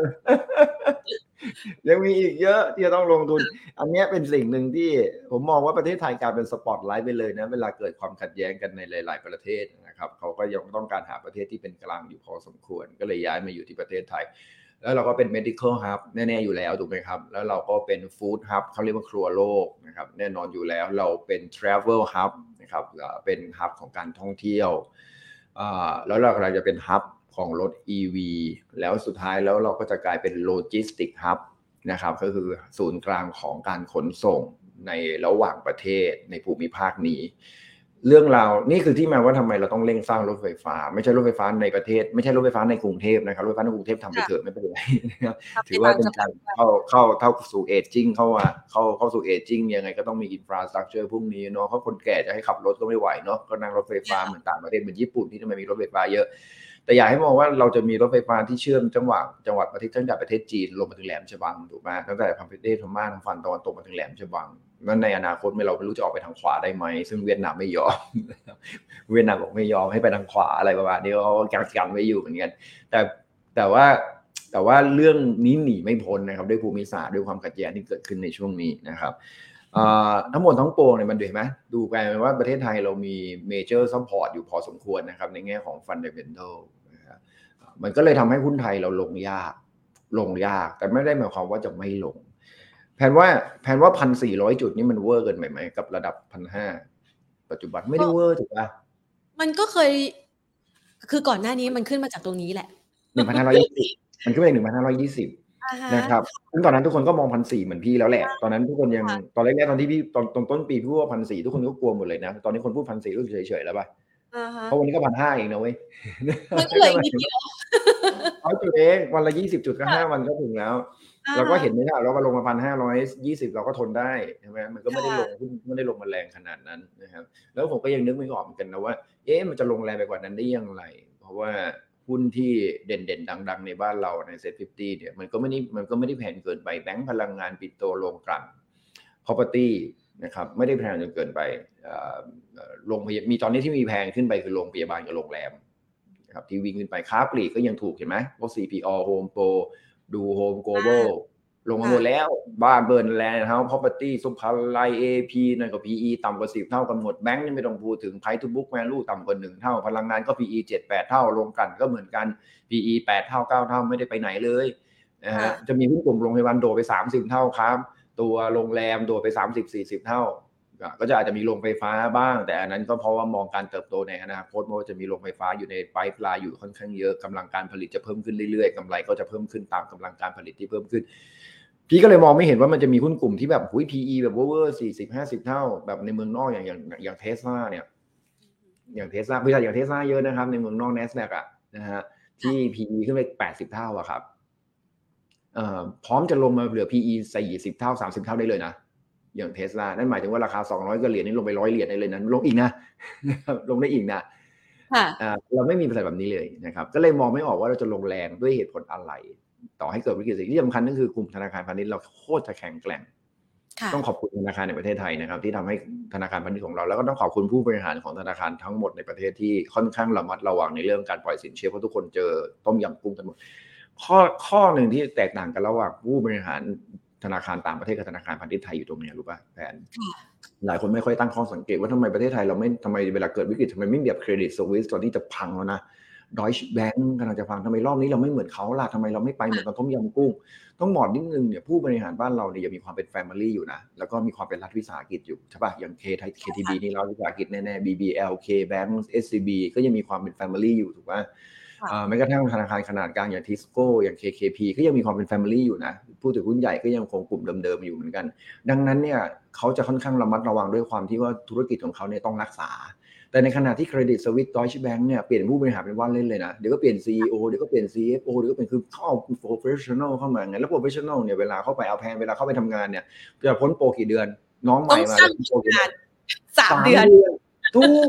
ยังมีอีกเยอะที่จะต้องลงทุนอันนี้เป็นสิ่งหนึ่งที่ผมมองว่าประเทศไทยกลายเป็นสปอตไลท์ไปเลยนะเวลาเกิดความขัดแย้งกันในหลายๆประเทศนะครับเขาก็ยังต้องการหาประเทศที่เป็นกลางอยู่พอสมควรก็เลยย้ายมาอยู่ที่ประเทศไทยแล้วเราก็เป็น medical hub แน่ๆอยู่แล้วถูกไหมครับแล้วเราก็เป็น food hub เขาเรียกว่าครัวโลกนะครับแน่นอนอยู่แล้วเราเป็น travel hub นะครับเป็น hub ของการท่องเที่ยวแล้วเรากำลังจะเป็น hub ของรถ อี วี แล้วสุดท้ายแล้วเราก็จะกลายเป็น logistic hub นะครับก็คือศูนย์กลางของการขนส่งในระหว่างประเทศในภูมิภาคนี้เรื่องราวนี่คือที่มาว่าทำไมเราต้องเร่งสร้างรถไฟฟ้าไม่ใช่รถไฟฟ้าในประเทศไม่ใช่รถไฟฟ้าในกรุงเทพนะครับรถไฟฟ้าในกรุงเทพทำไปเถอะไม่เป็นไรนะครับถือว่าเป็นการเข้าเข้าเข้าสู่เอจจิ้งเข้ามาเข้าเข้าสู่เอจจิ้งยังไงก็ต้องมีอินฟราสตรัคเจอร์พวกนี้เนาะเพราะคนแก่จะให้ขับรถก็ไม่ไหวเนาะก็นั่งรถไฟฟ้าเหมือนต่างประเทศเหมือนญี่ปุ่นที่ทำไมมีรถไฟฟ้าเยอะแต่อยากให้มองว่าเราจะมีรถไฟฟ้าที่เชื่อมจังหวัดจังหวัดประเทศตั้งแต่ประเทศจีนลงมาถึงแหลมฉบังถูกไหมตั้งแต่ประเทศพม่าทางฝั่งตะวันตกมาถึงแหลมฉบังนั่นในอนาคตไม่เราไม่รู้จะออกไปทางขวาได้ไหมซึ่งเวียดนามไม่ยอมเวียดนามบอกไม่ยอมให้ไปทางขวาอะไรประมาณนี้เขากังกันไว้อยู่เหมือนกันแต่แต่ว่าแต่ว่าเรื่องนี้หนีไม่พ้นนะครับด้วยภูมิศาสตร์ด้วยความขัดแย้งที่เกิดขึ้นในช่วงนี้นะครับทั้งหมดทั้งปวงเนี่ยมันดูเห็นไหมดูกลายเป็นว่าประเทศไทยเรามีเมเจอร์ซัพพอร์ตอยู่พอสมควรนะครับในแง่ของ fundamental นะครับมันก็เลยทำให้หุ้นไทยเราลงยากลงยากแต่ไม่ได้หมายความว่าจะไม่ลงแผนว่าแผนว่า หนึ่งพันสี่ร้อย จุดนี่มันเวอร์เกินไปไหมกับระดับ หนึ่งพันห้าร้อย ปัจจุบันไม่ได้เวอร์ถูกป่ะมันก็เคยคือก่อนหน้านี้มันขึ้นมาจากตรงนี้แหละหนึ่งพันห้าร้อยยี่สิบ มันขึ้นไป หนึ่งพันห้าร้อยยี่สิบ นะครับซึ่งตอนนั้นทุกคนก็มอง หนึ่งพันสี่ร้อย เหมือนพี่แล้วแหละตอนนั้นทุกคนยังตอนแรกๆตอนที่พี่ตอนตอนต้นปีพี่พูดว่า หนึ่งพันสี่ร้อย ทุกคนก็กลัวหมดเลยนะตอนนี้คนพูด หนึ่งพันสี่ร้อย รู้สึกเฉยๆแล้วป่ะเพราะวันนี้ก็ หนึ่งพันห้าร้อย เองนะเว้ยมันก็เลยนิดเดียวร้อยจุดเองวันละยี่สิบจุดก็ห้าวันก็ถึงแล้วเราก็เห็นไหมล่ะเราก็ลงมา หนึ่งพันห้าร้อยยี่สิบ เราก็ทนได้ใช่ไหมมันก็ไม่ได้ลงไม่ได้ลงมาแรงขนาดนั้นนะครับแล้วผมก็ยังนึกไม่ออกเหมือนกันนะว่าเอ๊ะมันจะลงแรงไปกว่านั้นได้ยังไงเพราะว่าหุ้นที่เด่นๆดังๆในบ้านเราใน เซ็ต ห้าสิบ เนี่ยมันก็ไม่ได้มันก็ไม่ได้แพงเกินไปแบงก์พลังงานปิโตรโรงกลั่น property นะครับไม่ได้แพงจนเกินไปโรงพยาบาลมีตอนนี้ที่มีแพงขึ้นไปคือโรงพยาบาลกับโรงแรมนะครับที่วิ่งขึ้นไปค้าปลีกก็ยังถูกเห็นไหมพวก ซี พี ออ Home Pro ดู Home Global ลงมาหมดแล้วบ้านเบิร์นแลนด์เฮาส์ property สุภาลัย เอ พี นั่นก็ พี อี ต่ำกว่าสิบเท่ากันหมดแบงก์นี่ไม่ต้องพูดถึง Price to Book Value ต่ำกว่าหนึ่งเท่าพลังงานก็ พี อี เจ็ด แปดเท่าโรงกลั่นก็เหมือนกัน พี อี แปดเท่าเก้าเท่าไม่ได้ไปไหนเลยนะฮะจะมีหุ้นกลุ่มโรงพยาบาลโดดไปสามสิบเท่าครับตัวโรงแรมโดดไป สามสิบสี่สิบ เท่าก็จะอาจจะมีโรงไฟฟ้าบ้างแต่อันนั้นก็เพราะว่ามองการเติบโตในอนาคตว่าจะมีโรงไฟฟ้าอยู่ในไพป์ไลน์อยู่ค่อนข้างเยอะกำลังการผลิตจะเพิ่มขึ้นเรื่อยๆกำไรก็จะเพิ่มขึ้นตามกำลังการผลิตที่เพิ่มขึ้นพี่ก็เลยมองไม่เห็นว่ามันจะมีหุ้นกลุ่มที่แบบหุ้ย พี อี แบบเวอร์สี่สิบห้าสิบเท่าแบบในเมืองนอกอย่างอย่างอย่าง Tesla เนี่ยอย่าง Tesla พี่อย่าง Tesla เยอะนะครับในเมืองนอก Nasdaq อ่ะนะฮะที่ พี อี ขึ้นไปแปดสิบเท่าอะครับเอ่อพร้อมจะลงมาเหลือ พี อี สี่สิบเท่าสามสิบเท่าได้เลยนะอย่าง Tesla นั่นหมายถึงว่าราคาสองร้อยกว่าเหรียญนี่ลงไปหนึ่งร้อยเหรียญได้เลยนะลงอีกนะลงได้อีกนะค่ะเราไม่มีอะไรแบบนี้เลยนะครับก็เลยมองไม่ออกว่าเราจะลงแรงด้วยเหตุผลอะไรต่อให้เกิดวิกฤตที่สำคัญนั่นคือกลุ่มธนาคารพาณิชย์เราโคตรจะแข็งแกร่งต้องขอบคุณธนาคารในประเทศไทยนะครับที่ทำให้ธนาคารพาณิชย์ของเราแล้วก็ต้องขอบคุณผู้บริหารของธนาคารทั้งหมดในประเทศที่ค่อนข้างระมัดระวังในเรื่องการปล่อยสินเชื่อเพราะทุกคนเจอต้มยำกุ้งกันหมดข้อข้อหนึ่งที่แตกต่างกันระหว่างผู้บริหารธนาคารต่างประเทศกับธนาคารพาณิชย์ไทยอยู่ตรงนี้รู้ป่ะแฟนหลายคนไม่ค่อยตั้งข้อสังเกตว่าทำไมประเทศไทยเราไม่ทำไมเวลาเกิดวิกฤตทำไมไม่แบบเครดิตสวิสตอนที่จะพังแล้วนะดอยช์แบงก์กำลังจะพังทำไมรอบนี้เราไม่เหมือนเขาล่ะทำไมเราไม่ไปเหมือนตอนต้มยำกุ้งต้องบอกนิดนึงเนี่ยผู้บริหารบ้านเราเนี่ยยังมีความเป็นแฟมิลี่อยู่นะแล้วก็มีความเป็นรัฐวิสาหกิจอยู่ใช่ป่ะอย่าง K ไทย เค ที บี นี่รัฐวิสาหกิจแน่ๆ บี บี แอล K Bank เอส ซี บี ก็ยังมีความเป็นแฟมิลี่อยู่ถูกป่ะแม้กระทั่งธนาคารขนาดกลางอย่าง Tisco อย่าง เค เค พี ก็ยังมีความเป็นแฟมิลี่อยู่นะผู้ถือหุ้นใหญ่ก็ยังคงกลุ่มเดิมๆอยู่เหมือนกันดังนั้นเนี่ยเขาจะค่อนข้างระมัดระวังด้วยความที่ว่าธุรกิจของเขาเนี่ยต้องรักษาแต่ในขณะที่เครดิตสวิสดอยช์แบงก์เนี่ยเปลี่ยนผู้บริหารเป็นว่านเล่นเลยนะเดี๋ยวก็เปลี่ยน ซี อี โอ เดี๋ยวก็เปลี่ยน ซี เอฟ โอ เดี๋ยวก็เป็นคือเข้า professional เข้ามาไงแล้ว professional เนี่ยเวลาเข้าไปเอาแพนเวลาเข้าไปทำงานเนี่ยจะพ้นโปรกี่เดือนน้องใหม่มาจะพ้นโปรกี่เดือนสามเดือนทุก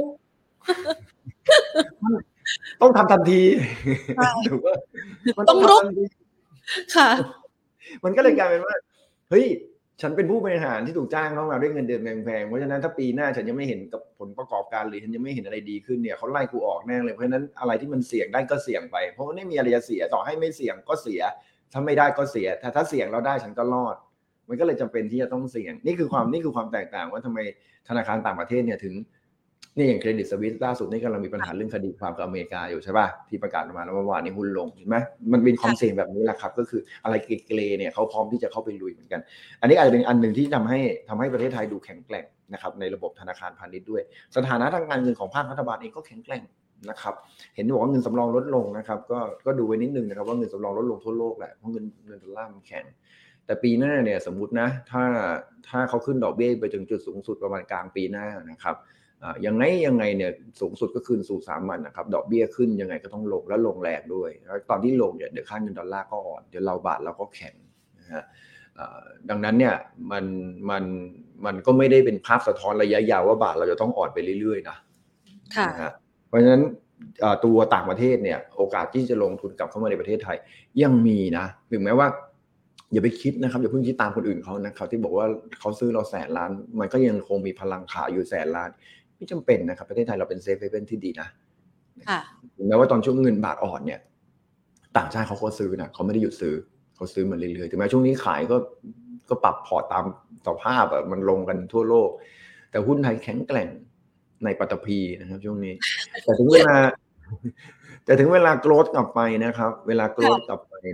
ต้องทำทันทีถูกว่ามันต้องรุกค่ะมันก็เลยกลายเป็นว่าเฮ้ยฉันเป็นผู้บริหารที่ถูกจ้างเข้ามาด้วยเงินเดือนแพงๆเพราะฉะนั้นถ้าปีหน้าฉันยังไม่เห็นกับผลประกอบการหรือฉันยังไม่เห็นอะไรดีขึ้นเนี่ยเขาไล่กูออกแน่เลยเพราะฉะนั้นอะไรที่มันเสี่ยงได้ก็เสี่ยงไปเพราะว่าไม่มีอะไรจะเสียต่อให้ไม่เสี่ยงก็เสียถ้าไม่ได้ก็เสียถ้าถ้าเสี่ยงแล้วได้ฉันก็รอดมันก็เลยจำเป็นที่จะต้องเสี่ยงนี่คือความนี่คือความแตกต่างว่าทำไมธนาคารต่างประเทศเนี่ยถึงนี่อย่างเครดิตสวิสล่าสุดนี่กำลังมีปัญหาเรื่องคดีความกับอเมริกาอยู่ใช่ป่ะที่ประกาศออกมาแล้วเมื่อวานนี้หุ้นลงเห็นไหมมันเป็นความเสี่ยงแบบนี้แหละครับก็คืออะไรเกเรเนี่ยเขาพร้อมที่จะเข้าไปลุยเหมือนกันอันนี้อาจจะเป็นอันหนึ่งที่ทำให้ทำให้ประเทศไทยดูแข็งแกร่งนะครับในระบบธนาคารพาณิชย์ด้วยสถานะทางการเงินของภาครัฐบาลเองก็แข็งแกร่งนะครับเห็นบอกว่าเงินสำรองลดลงนะครับก็ก็ดูไว้นิดนึงนะครับว่าเงินสำรองลดลงทั่วโลกแหละเพราะเงินเงินดอลลาร์มันแข็งแต่ปีหน้าเนี่ยสมมุตินะถ้าถ้าเขาขึ้นดอกเบี้ยไปถึงจุดสูงสุดประมาณกลางปีหน้านะครับยังไงยังไงเนี่ยสูงสุดก็คืนสู่สามัญนะครับดอกเบี้ยขึ้นยังไงก็ต้องลงแล้วลงแรงด้วยแล้วตอนที่ลงเนี่ยเดี๋ยวค่าเงินดอลลาร์ก็อ่อนเดี๋ยวเราบาทเราก็แข็งนะฮะดังนั้นเนี่ยมันมันมันก็ไม่ได้เป็นภาพสะท้อนระยะยาวว่าบาทเราจะต้องอ่อนไปเรื่อยๆนะค่ะเพราะฉะนั้นตัวต่างประเทศเนี่ยโอกาสที่จะลงทุนกลับเข้ามาในประเทศไทยยังมีนะถึงแม้ว่าอย่าไปคิดนะครับอย่าเพิ่งคิดตามคนอื่นเขานะครับที่บอกว่าเขาซื้อเราแสนล้านมันก็ยังคงมีพลังขายอยู่แสนล้านไม่จำเป็นนะครับประเทศไทยเราเป็นเซฟเฮเว่นที่ดีนะถึงแม้ว่าตอนช่วงเงินบาทอ่อนเนี่ยต่างชาติเขาก็ซื้อนะเขาไม่ได้หยุดซื้อเขาซื้อมาเรื่อยๆถึงแม้ช่วงนี้ขายก็ก็ปรับพอร์ตตามสภาพอ่ะมันลงกันทั่วโลกแต่หุ้นไทยแข็งแกร่งในปัตตภีนะครับช่วงนี้แต่ถึงเวลาแต่ถึงเวลาโกรธกลับไปนะครับเวลาโกรธกลับไปเนี่ย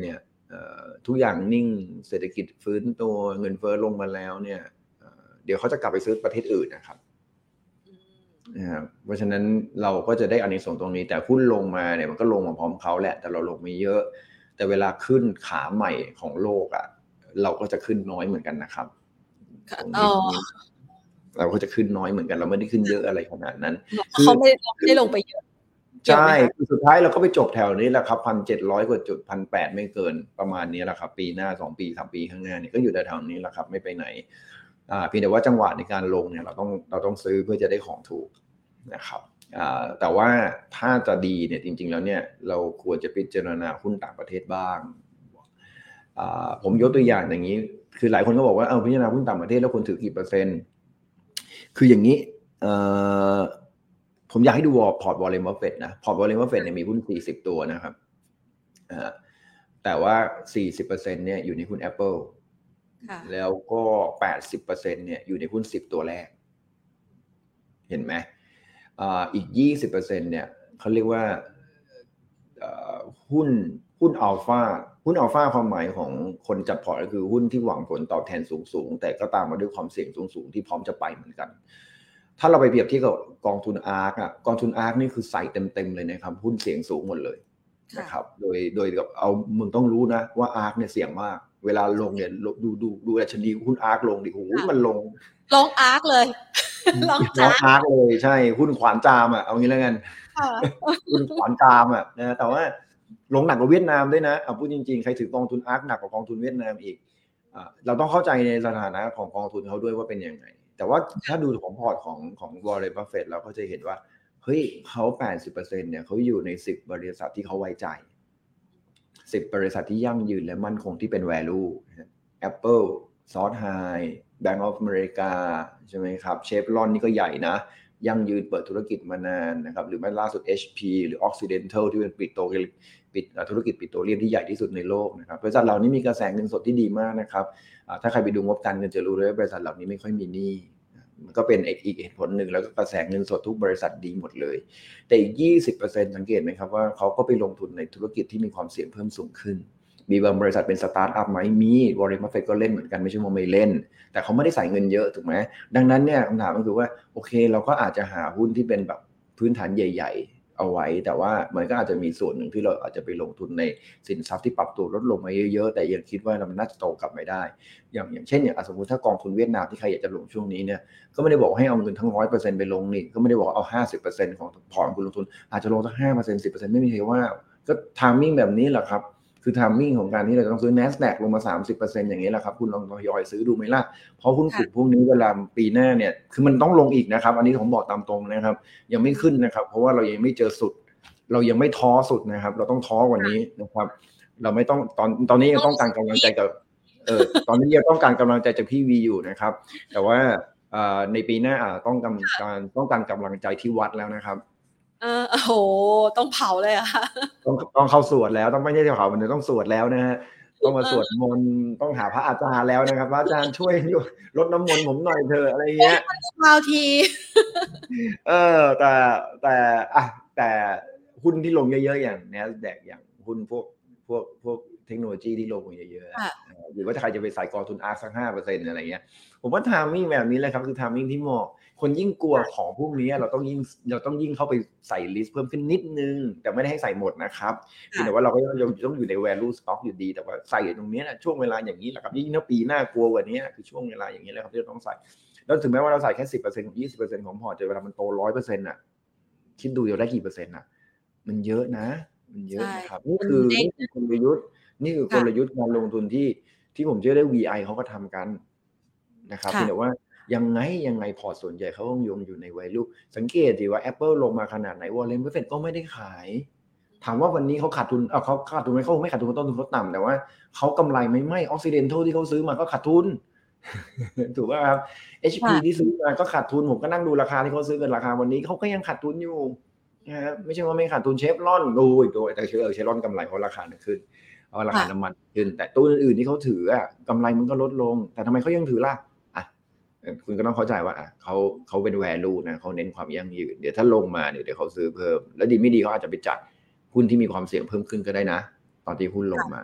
ทุกอย่างนิ่งเศรษฐกิจฟื้นตัวเงินเฟ้อลงมาแล้วเนี่ยเดี๋ยวเขาจะกลับไปซื้อประเทศอื่นนะครับนะครับเพราะฉะนั้นเราก็จะได้อานิสงส์ตรงนี้แต่หุ้นลงมาเนี่ยมันก็ลงมาพร้อมเขาแหละแต่เราลงไม่เยอะแต่เวลาขึ้นขาใหม่ของโลกอ่ะเราก็จะขึ้นน้อยเหมือนกันนะครับเราก็จะขึ้นน้อยเหมือนกันเราไม่ได้ขึ้นเยอะอะไรขนาดนั้นเขาไม่ได้ลงไปเยอะใช่คือสุดท้ายเราก็ไปจบแถวนี้แหละครับ หนึ่งพันเจ็ดร้อย กว่าจุด หนึ่งพันแปดร้อย ไม่เกินประมาณนี้แหละครับปีหน้าสองปีสามปีข้างหน้านี่ก็อยู่แถวๆนี้แหละครับไม่ไปไหนอ่าเพียงแต่ว่าจังหวะในการลงเนี่ยเราต้องเราต้องซื้อเพื่อจะได้ของถูกนะครับอ่าแต่ว่าถ้าจะดีเนี่ยจริงๆแล้วเนี่ยเราควรจะพิจารณาหุ้นต่างประเทศบ้างอ่าผมยกตัวอย่างอย่างนี้คือหลายคนก็บอกว่าเอาพิจารณาหุ้นต่างประเทศแล้วควรถือกี่เปอร์เซ็นต์คืออย่างนี้เอ่อผมอยากให้ดูพอร์ตวอลเลนบัฟเฟตต์นะพอร์ตวอลเลนบัฟเฟตต์เนี่ยมีหุ้นสี่สิบตัวนะครับอ่าแต่ว่า สี่สิบเปอร์เซ็นต์ เนี่ยอยู่ในหุ้น Apple แล้วก็ แปดสิบเปอร์เซ็นต์ เนี่ยอยู่ในหุ้นสิบตัวแรกเห็นไหมอ่าอีก ยี่สิบเปอร์เซ็นต์ เนี่ยเขาเรียกว่าหุ้นหุ้นอัลฟาหุ้นอัลฟาความหมายของคนจัดพอร์ตก็คือหุ้นที่หวังผลตอบแทนสูงๆแต่ก็ตามมาด้วยความเสี่ยงสูงๆที่พร้อมจะไปเหมือนกันถ้าเราไปเปรียบเทียบกับกองทุน อาร์ ซี อ่ะกองทุน อาร์ ซี นี่คือใส่เต็มๆเลยนะครับหุ้นเสี่ยงสูงหมดเลยนะครับโดยโดยกับเอามึงต้องรู้นะว่า อาร์ ซี เนี่ยเสี่ยงมากเวลาลงเนี่ยดูดูดูดัชนีหุ้น อาร์ ซี ลงดิโอ้โหมันลงลง อาร์ ซี เลยลง อาร์ ซี เลยใช่หุ้นขวานจามอ่ะเอางี้แล้วกันหุ้นขวานจามอ่ะนะแต่ว่าลงหนักกว่าเวียดนามด้วยนะเอาพูดจริงๆใครถือกองทุน อาร์ ซี หนักกว่ากองทุนเวียดนามอีกอ่าเราต้องเข้าใจในสถานะของกองทุนเขาด้วยว่าเป็นยังไงแต่ว่าถ้าดูของพอร์ตของของ Warren Buffett เราก็จะเห็นว่าเฮ้ยเขา แปดสิบเปอร์เซ็นต์ เนี่ยเขาอยู่ในสิบบริษัทที่เขาไว้ใจสิบบริษัทที่ยั่งยืนและมั่นคงที่เป็น value Apple Softline Bank of America ใช่ไหมครับ Chevron นี่ก็ใหญ่นะยั่งยืนเปิดธุรกิจมานานนะครับหรือแม้ล่าสุด เอช พี หรือ Occidental ที่เป็นปิโตรปิดธุรกิจปิโตรเลียมที่ใหญ่ที่สุดในโลกนะครับบริษัทเหล่านี้มีกระแสเงินสดที่ดีมากนะครับถ้าใครไปดูงบการเงินจะรู้เลยว่าบริษัทเหล่านี้ไม่ค่อยมีหนี้มันก็เป็นอีกเหตุผลหนึ่งแล้วก็กระแสเงินสดทุกบริษัทดีหมดเลยแต่อีก ยี่สิบเปอร์เซ็นต์ สังเกตไหมครับว่าเขาก็ไปลงทุนในธุรกิจที่มีความเสี่ยงเพิ่มสูงขึ้นมีบางบริษัทเป็นสตาร์ทอัพไหมมีวอร์เรน บัฟเฟตต์ก็เล่นเหมือนกันไม่ใช่ว่าไม่เล่นแต่เขาไม่ได้ใส่เงินเยอะถูกไหมดังนั้นเนี่ยคำถามก็คือว่าโอเคเราก็อาจจะหาหุ้นที่เป็นแบบพื้นฐานใหญ่ๆเอาไว้แต่ว่ามันก็อาจจะมีส่วนหนึ่งที่เราอาจจะไปลงทุนในสินทรัพย์ที่ปรับตัวลดลงมาเยอะๆแต่ยังคิดว่ามันน่าจะโตกลับไม่ได้อย่างอย่างเช่นอย่างสมมติถ้ากองทุนเวียดนามที่ใครอยากจะลงช่วงนี้เนี่ยก็ไม่ได้บอกให้เอาเงินทั้ง ร้อยเปอร์เซ็นต์ ไปลงนี่ก็ไม่ได้บอกเอา ห้าสิบเปอร์เซ็นต์ ของพอร์ตคุณลงทุนอาจจะลงสัก ห้าเปอร์เซ็นต์ สิบเปอร์เซ็นต์ ไม่มีใครว่าก็ไทมิ่งแบบนี้แหละครับคือไทมิ่งของการที่เราต้องซื้อ NASDAQ ลงมา สามสิบเปอร์เซ็นต์ อย่างนี้แหละครับคุณลองทยอยซื้อดูไหมล่ะเพราะหุ้นกลุ่มพวกนี้เวลาปีหน้าเนี่ยคือมันต้องลงอีกนะครับอันนี้ผมบอกตามตรงนะครับยังไม่ขึ้นนะครับเพราะว่าเรายังไม่เจอสุดเรายังไม่ท้อสุดนะครับเราต้องท้อกว่านี้นะครับเราไม่ต้องตอนตอนนี้ยังต้องการกำลังใจกับเออตอนนี้ยังต้องการกำลังใจจากพี่วีอยู่นะครับแต่ว่าในปีหน้าต้องการต้องการกำลังใจที่วัดแล้วนะครับเออโอ้โหต้องเผาเลยอะค่ะต้องต้องเข้าสวดแล้วต้องไม่ใช่เผามันต้องสวดแล้วนะฮะต้องมาสวดมนต์ต้องหาพระอาจารย์แล้วนะครับพระอาจารย์ช่วยลดน้ำมนต์ผมหน่อยเถอะอะไรเงี้ยบางทีเออแต่แต่อ่ะแต่หุ้นที่ลงเยอะๆอย่าง NASDAQ อย่างหุ้นพวกพวกพวกเทคโนโลยีที่ลงเยอะๆหรือว่าถ้าใครจะไปใส่กองทุน อาร์ ซี สัก ห้าเปอร์เซ็นต์ อะไรเงี้ยผมว่าไทมิ่งแบบนี้เลยครับคือไทมิ่งที่เหมาะคนยิ่งกลัวของพวกนี้เราต้องยิ่งเราต้องยิ่งเข้าไปใส่ลิสต์เพิ่มขึ้นนิดนึงแต่ไม่ได้ให้ใส่หมดนะครับแต่ว่าเราก็ยังต้องอยู่ใน value stock อยู่ดีแต่ว่าใส่ตรงนี้นะช่วงเวลาอย่างนี้แหละครับยิ่งถ้าปีหน้ากลัวกว่านี้คือช่วงเวลาอย่างนี้แหละครับที่เราต้องใส่แล้วถึงแม้ว่าเราใส่แค่ สิบเปอร์เซ็นต์ ของ ยี่สิบเปอร์เซ็นต์ ของพอร์ตเวลามันโต ร้อยเปอร์เซ็นต์ น่ะคิดดูจะได้กี่เปอร์เซ็นต์น่ะมันเยอะนะมันเยอะนะครับนี่คือกลยุทธ์นี่คือกลยุทธ์การลงทุนที่ที่ผมเชื่อได้ วี ไอ เขาก็ทำกันนะครับแต่ว่ายังไงยังไงพอร์ตส่วนใหญ่เขาต้องยงอยู่ใน value สังเกตดิว่า Apple ลงมาขนาดไหน Warren Buffett ก็ไม่ได้ขายถามว่าวันนี้เขาขาดทุนเอาเขาขาดทุนไหมเขาไม่ขาดทุนต้นทุนเขาต่ำแต่ว่าเขากำไรไม่ไม่ Occidental ที่เขาซื้อมาก็ขาดทุนถูกป่ะครับ เอช พี ที่ซื้อมาก็ขาดทุนผมก็นั่งดูราคาที่เขาซื้อกันราคาวันนี้เขาก็ยังขาดทุนอยู่นะครับไม่ใช่ว่าไม่ขาดทุนเชฟรอนดูอีกตัวแต่เชฟเชฟรอนกำไรเพราะราคาขึ้นเพราะราคาน้ำมันขึ้นแต่ตัวอื่นๆที่เขาถืออ่ะกำไรมันก็ลดลงแต่ทำไมเขายังถือล่ะคุณก็ต้องเข้าใจว่าอ่ะเขาเขาเป็น value นะเขาเน้นความยั่งยืนเดี๋ยวถ้าลงมาเดี๋ยวเดี๋ยวเขาซื้อเพิ่มแล้วดีไม่ดีเขาอาจจะไปจัดหุ้นที่มีความเสี่ยงเพิ่มขึ้นก็ได้นะตอนที่หุ้นลงมา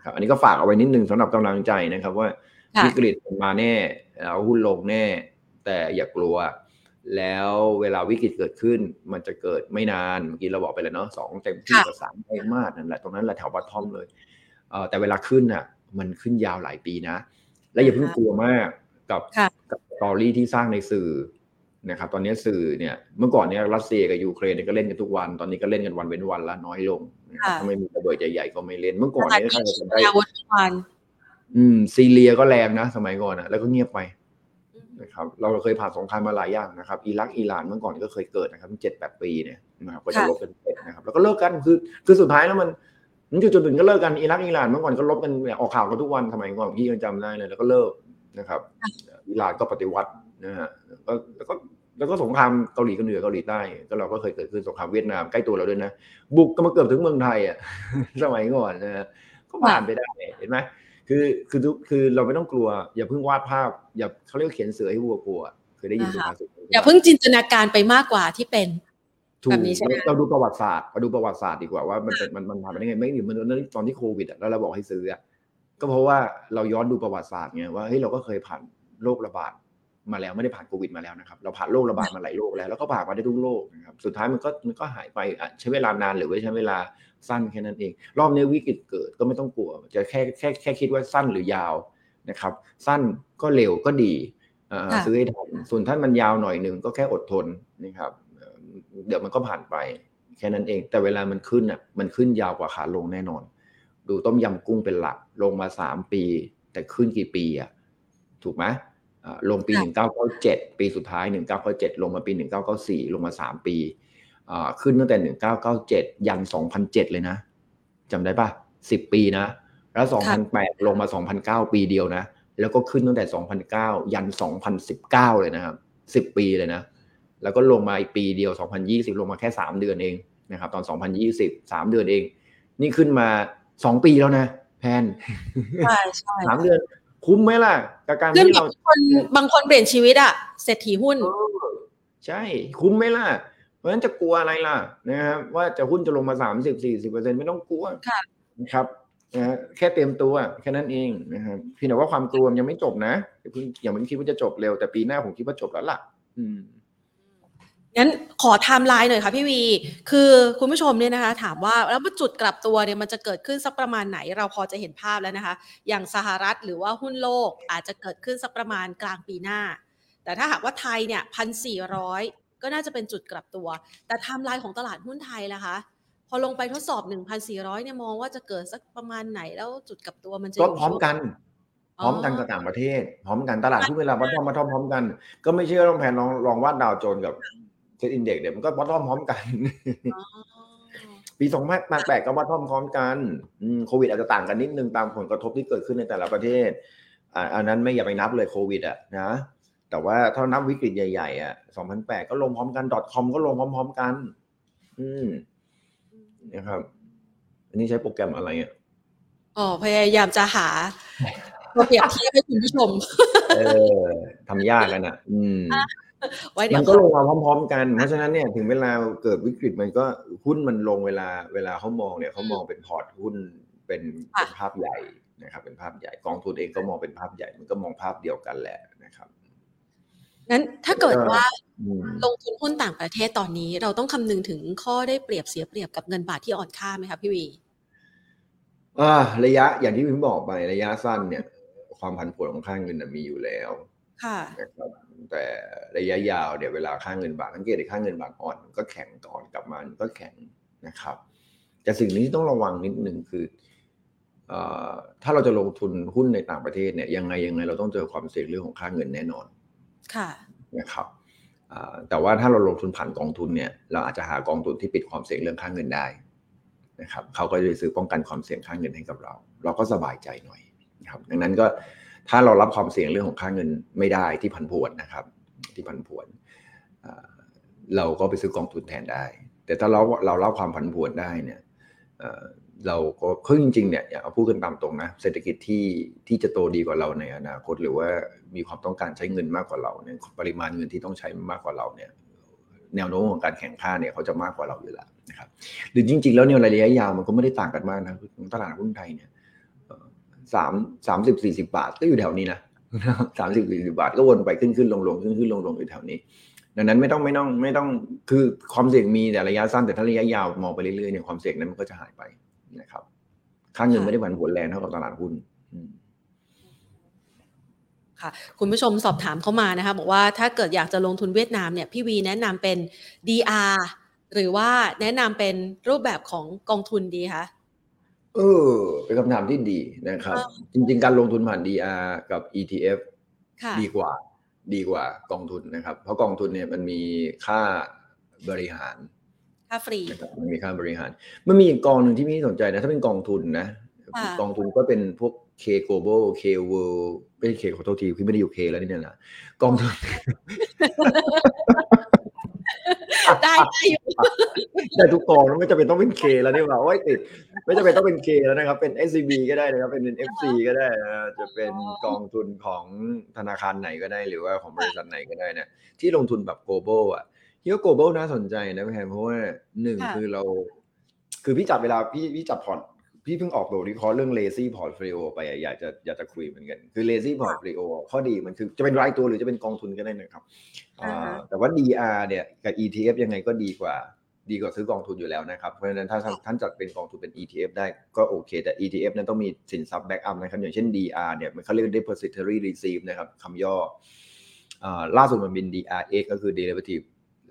นะครับอันนี้ก็ฝากเอาไว้นิดนึงสำหรับกำลังใจนะครับว่าวิกฤตมาแน่แล้วหุ้นลงแน่แต่อย่ากลัวแล้วเวลาวิกฤตเกิดขึ้นมันจะเกิดไม่นานเมื่อกี้เราบอกไปแล้วเนาะสองเต็มที่กับสามไตรมาสนั่นแหละตรงนั้นแหละแถวบอททอมเลยเอ่อแต่เวลาขึ้นน่ะมันขึ้นยาวหลายปีนะและอย่าเพิ่งกลัวมากกับกับสตอรี่ที่สร้างในสื่อนะครับตอนนี้สื่อเนี่ยเมื่อก่อนเนี่ยรัสเซียกับยูเครนก็เล่นกันทุกวันตอนนี้ก็เล่นกันวันเว้นวันละน้อยลงถ้าไม่มีระเบิดใหญ่ๆก็ไม่เล่นเมื่อก่อนเนี่ยใครจะได้อืมซีเรียก็แรงนะสมัยก่อนนะแล้วก็เงียบไปนะครับเราเคยผ่านสงครามมาหลายอย่างนะครับอิรักอิหร่านเมื่อก่อนก็เคยเกิดนะครับ เจ็ดแปด ปีเนี่ยนะครับก็จะลบกันเสร็จนะครับแล้วก็เลิกกันคือคือสุดท้ายแล้วมันมันจุดๆหนึ่งก็เลิกกันอิรักอิหร่านเมื่อก่อนก็ลบกันออกข่าวกันทุกวันสมัยก่อนพี่ยังจำได้เลยแล้วก็เลิกนะครับอิหร่านก็ปฏิวัตินะฮะก็แล้วก็แล้วก็สงครามเกาหลีเหนือเกาหลีใต้ก็เราก็เคยเกิดขึ้นสงครามเวียดนามใกล้ตัวเราด้วยนะบุกก็มาเกือบถึงเมืองไทยอ่ะสมัยก่อนนะฮะก็ผ่านไปได้เห็นไหมคือคือคือเราไม่ต้องกลัวอย่าเพิ่งวาดภาพอย่าเขาเรียกเขียนเสือให้วัวกลัวเคยได้ยินสุภาษิตอย่าเพิ่งจินตนาการไปมากกว่าที่เป็นแบบนี้ใช่ไหมเราดูประวัติศาสตร์เราดูประวัติศาสตร์ดีกว่าว่ามันเป็นมันมันผ่านไปได้ไงไม่เหมือนตอนที่โควิดอ่ะแล้วเราบอกให้ซื้ออ่ะก็เพราะว่าเราย้อนดูประวัติศาสตร์ไงว่าเฮ้ยเราก็เคยผ่านโรคระบาดมาแล้วไม่ได้ผ่านโควิดมาแล้วนะครับเราผ่านโรคระบาดมาหลายโรคแล้วแล้วก็ผ่านมาได้ทุกโรคนะครับสุดท้ายมันก็มันก็หายไปใช้เวลานานหรือว่าใช้เวลาสั้นแค่นั้นเองรอบนี้วิกฤตเกิดก็ไม่ต้องกลัวจะแค่แค่แค่คิดว่าสั้นหรือยาวนะครับสั้นก็เร็วก็ดีซื้อให้ทันส่วนท่านมันยาวหน่อยนึงก็แค่อดทนนะครับเดี๋ยวมันก็ผ่านไปแค่นั้นเองแต่เวลามันขึ้นอ่ะมันขึ้นยาวกว่าขาลงแน่นอนดูต้มยำกุ้งเป็นหลักลงมาสามปีแต่ขึ้นกี่ปีอ่ะถูกไหมลงปีหนึ่งพันเก้าร้อยเก้าสิบเจ็ดปีสุดท้ายหนึ่งพันเก้าร้อยเก้าสิบเจ็ดลงมาปีหนึ่งพันเก้าร้อยเก้าสิบสี่ลงมาสามปีขึ้นตั้งแต่หนึ่งพันเก้าร้อยเก้าสิบเจ็ดยันสองพันเจ็ดเลยนะจำได้ป่ะสิบปีนะแล้วสองพันแปดลงมาสองพันเก้าปีเดียวนะแล้วก็ขึ้นตั้งแต่สองพันเก้ายันสองพันสิบเก้าเลยนะครับสิบปีเลยนะแล้วก็ลงมาอีกปีเดียวสองพันยี่สิบลงมาแค่สามเดือนเองนะครับตอนสองพันยี่สิบ สามเดือนเองนี่ขึ้นมาสองปีแล้วนะแพนใช่ๆสามเดือนคุ้มไหมล่ะกับการที่เราคนบางคนเปลี่ยนชีวิตอะเศรษฐีหุ้นใช่คุ้มไหมล่ะเพราะฉะนั้นจะกลัวอะไรล่ะนะครับว่าจะหุ้นจะลงมา สามสิบ สี่สิบเปอร์เซ็นต์ ไม่ต้องกลัวนะครับนะแค่เตรียมตัวแค่นั้นเองนะครับเพียงแต่ว่าความกลัวยังไม่จบนะอย่าเพิ่งอย่าเพิ่งคิดว่าจะจบเร็วแต่ปีหน้าผมคิดว่าจบแล้วล่ะอืมงั้นขอไทม์ไลน์หน่อยค่ะพี่วีคือคุณผู้ชมเนี่ยนะคะถามว่าแล้วจุดกลับตัวเนี่ยมันจะเกิดขึ้นสักประมาณไหนเราพอจะเห็นภาพแล้วนะคะอย่างสหรัฐหรือว่าหุ้นโลกอาจจะเกิดขึ้นสักประมาณกลางปีหน้าแต่ถ้าหากว่าไทยเนี่ย หนึ่งพันสี่ร้อย ก็น่าจะเป็นจุดกลับตัวแต่ไทม์ไลน์ของตลาดหุ้นไทยล่ะคะพอลงไปทดสอบ หนึ่งพันสี่ร้อย เนี่ยมองว่าจะเกิดสักประมาณไหนแล้วจุดกลับตัวมันจะอยู่พร้อมกันพร้อมกันกับต่างประเทศพร้อมกันตลาดหุ้นเวลาบอททอมมาทอมพร้อมกันก็ไม่เชื่อต้องแผนลองลองวาดดาวโจนส์กับเซ็ตอินเด็กซ์เดี๋ยวมันก็บอททอมพร้อมกันปีสองพันแปดก็บอททอมพร้อมกันโควิดอาจจะต่างกันนิดนึงตามผลกระทบที่เกิดขึ้นในแต่ละประเทศอ่าอันนั้นไม่อย่าไปนับเลยโควิดอ่ะนะแต่ว่าถ้านับวิกฤตใหญ่ๆอ่ะสองพันแปดก็ลงพร้อมกัน .com ก็ลงพร้อมๆกันอืมนะครับอันนี้ใช้โปรแกรมอะไรอ่ะอ๋อพยายามจะหามาเปรียบเทียบให้คุณผู้ชมเออทำยากกันอ่ะอืมมันก็ลงมาพร้อมๆกันเพราะฉะนั้นเนี่ยถึงเวลาเกิดวิกฤตมันก็หุ้นมันลงเวลาเวลาเขามองเนี่ยเขามองเป็นพอร์ตหุ้นเป็นเป็นภาพใหญ่นะครับเป็นภาพใหญ่กองทุนเองก็มองเป็นภาพใหญ่มันก็มองภาพเดียวกันแหละนะครับงั้นถ้าเกิดว่าลงทุนหุ้นต่างประเทศตอนนี้เราต้องคำนึงถึงข้อได้เปรียบเสียเปรียบกับเงินบาทที่อ่อนค่าไหมคะพี่วีอ่าระยะอย่างที่ผมบอกไประยะสั้นเนี่ยความผันผวนของค่าเงินมีอยู่แล้วค่ะนะครับแต่ระยะยาวเดี๋ยวเวลาค่าเงินบาทสังเกตค่าเงินบาทอ่อนก็แข็งก่อนกลับมาก็แข็งนะครับแต่สิ่งนี้ที่ต้องระวังนิดนึงคือถ้าเราจะลงทุนหุ้นในต่างประเทศเนี่ยยังไงยังไงเราต้องเจอความเสี่ยงเรื่องของค่าเงินแน่นอนค่ะนะครับแต่ว่าถ้าเราลงทุนผ่านกองทุนเนี่ยเราอาจจะหากองทุนที่ปิดความเสี่ยงเรื่องค่าเงินได้นะครับเขาก็จะซื้อป้องกันความเสี่ยงค่าเงินให้กับเราเราก็สบายใจหน่อยนะครับดังนั้นก็ถ้าเรารับความเสี่ยงเรื่องของค่าเงินไม่ได้ที่ผันผวนนะครับที่ผันผวนเราก็ไปซื้อกองทุนแทนได้แต่ถ้าเราเรารับความผันผวนได้เนี่ยเราก็คือจริงๆเนี่ยเอาพูดกันตามตรงนะเศรษฐกิจที่ที่จะโตดีกว่าเราในอนาคตหรือว่ามีความต้องการใช้เงินมากกว่าเราเนี่ยปริมาณเงินที่ต้องใช้มากกว่าเราเนี่ยแนวโน้มของการแข่งขันเนี่ยเขาจะมากกว่าเราอยู่แล้วนะครับหรือจริงๆแล้วเนี่ยระยะยาวมันก็ไม่ได้ต่างกันมากนะตลาดหุ้นไทยเนี่ยสาม สามสิบ สี่สิบบาทก็อยู่แถวนี้นะ สามสิบ สี่สิบบาทก็วนไปขึ้นๆลงๆขึ้นๆลงๆอยู่แถวนี้ดังนั้นไม่ต้องไม่ต้องไม่ต้องคือความเสี่ยงมีแต่ระยะสั้นแต่ถ้าระยะยาวมองไปเรื่อยๆเนี่ยความเสี่ยงนั้นมันก็จะหายไปนะครับค่าเงินไม่ได้ผันผวนแรงเท่ากับตลาดหุ้นค่ะคุณผู้ชมสอบถามเข้ามานะคะบอกว่าถ้าเกิดอยากจะลงทุนเวียดนามเนี่ยพี่วีแนะนำเป็น ดี อาร์ หรือว่าแนะนำเป็นรูปแบบของกองทุนดีคะเออเป็นคำถามที่ดีนะครับจริงๆการลงทุนผ่าน ดี อาร์ กับ อี ที เอฟ ดีกว่าดีกว่ากองทุนนะครับเพราะกองทุนเนี่ยมันมีค่าบริหารค่าฟรีมันมีค่าบริหารมันมีอีกกองหนึ่งที่พี่สนใจนะถ้าเป็นกองทุนนะกองทุนก็เป็นพวก K Global K World ไม่ใช่ K ขอโทษทีพี่ไม่ได้อยู่ K แล้วนี่เนี่ยนะกองทุนได้ได้อยู่ได้ทุกกองไม่จำเป็นต้องเป็น K แล้วนี่ว่าโอ้ยติดไม่จำเป็นต้องเป็น K แล้วนะครับเป็น เอส ซี บี ก็ได้นะครับเป็น เอฟ ซี ก็ได้นะจะเป็นกองทุนของธนาคารไหนก็ได้หรือว่าของบริษัทไหนก็ได้นะที่ลงทุนแบบ global อ่ะที่ว่า global น่าสนใจนะพี่แฮมเพราะว่าหนึ่งคือเราคือพี่จับเวลาพี่พี่จับพอร์ตพี่เพิ่งออกตัววิเคราะห์เรื่อง lazy portfolio ไปอยากจะอยากจะคุยเหมือนกันคือ lazy portfolio ข้อดีมันคือจะเป็นรายตัวหรือจะเป็นกองทุนก็ได้นะครับแต่ว่า ดี อาร์ เนี่ยกับ อี ที เอฟ ยังไงก็ดีกว่าดีกว่าซื้อกองทุนอยู่แล้วนะครับเพราะฉะนั้นถ้าท่านจัดเป็นกองทุนเป็น อี ที เอฟ ได้ก็โอเคแต่ อี ที เอฟ นั้นต้องมีสินทรัพย์แบ็กอัพนะครับอย่างเช่น ดี อาร์ เนี่ยมันเขาเรียก depository receipt นะครับคำย่อล่าสุดมันเป็น ดี อาร์ เอ็กซ์ ก็คือ derivative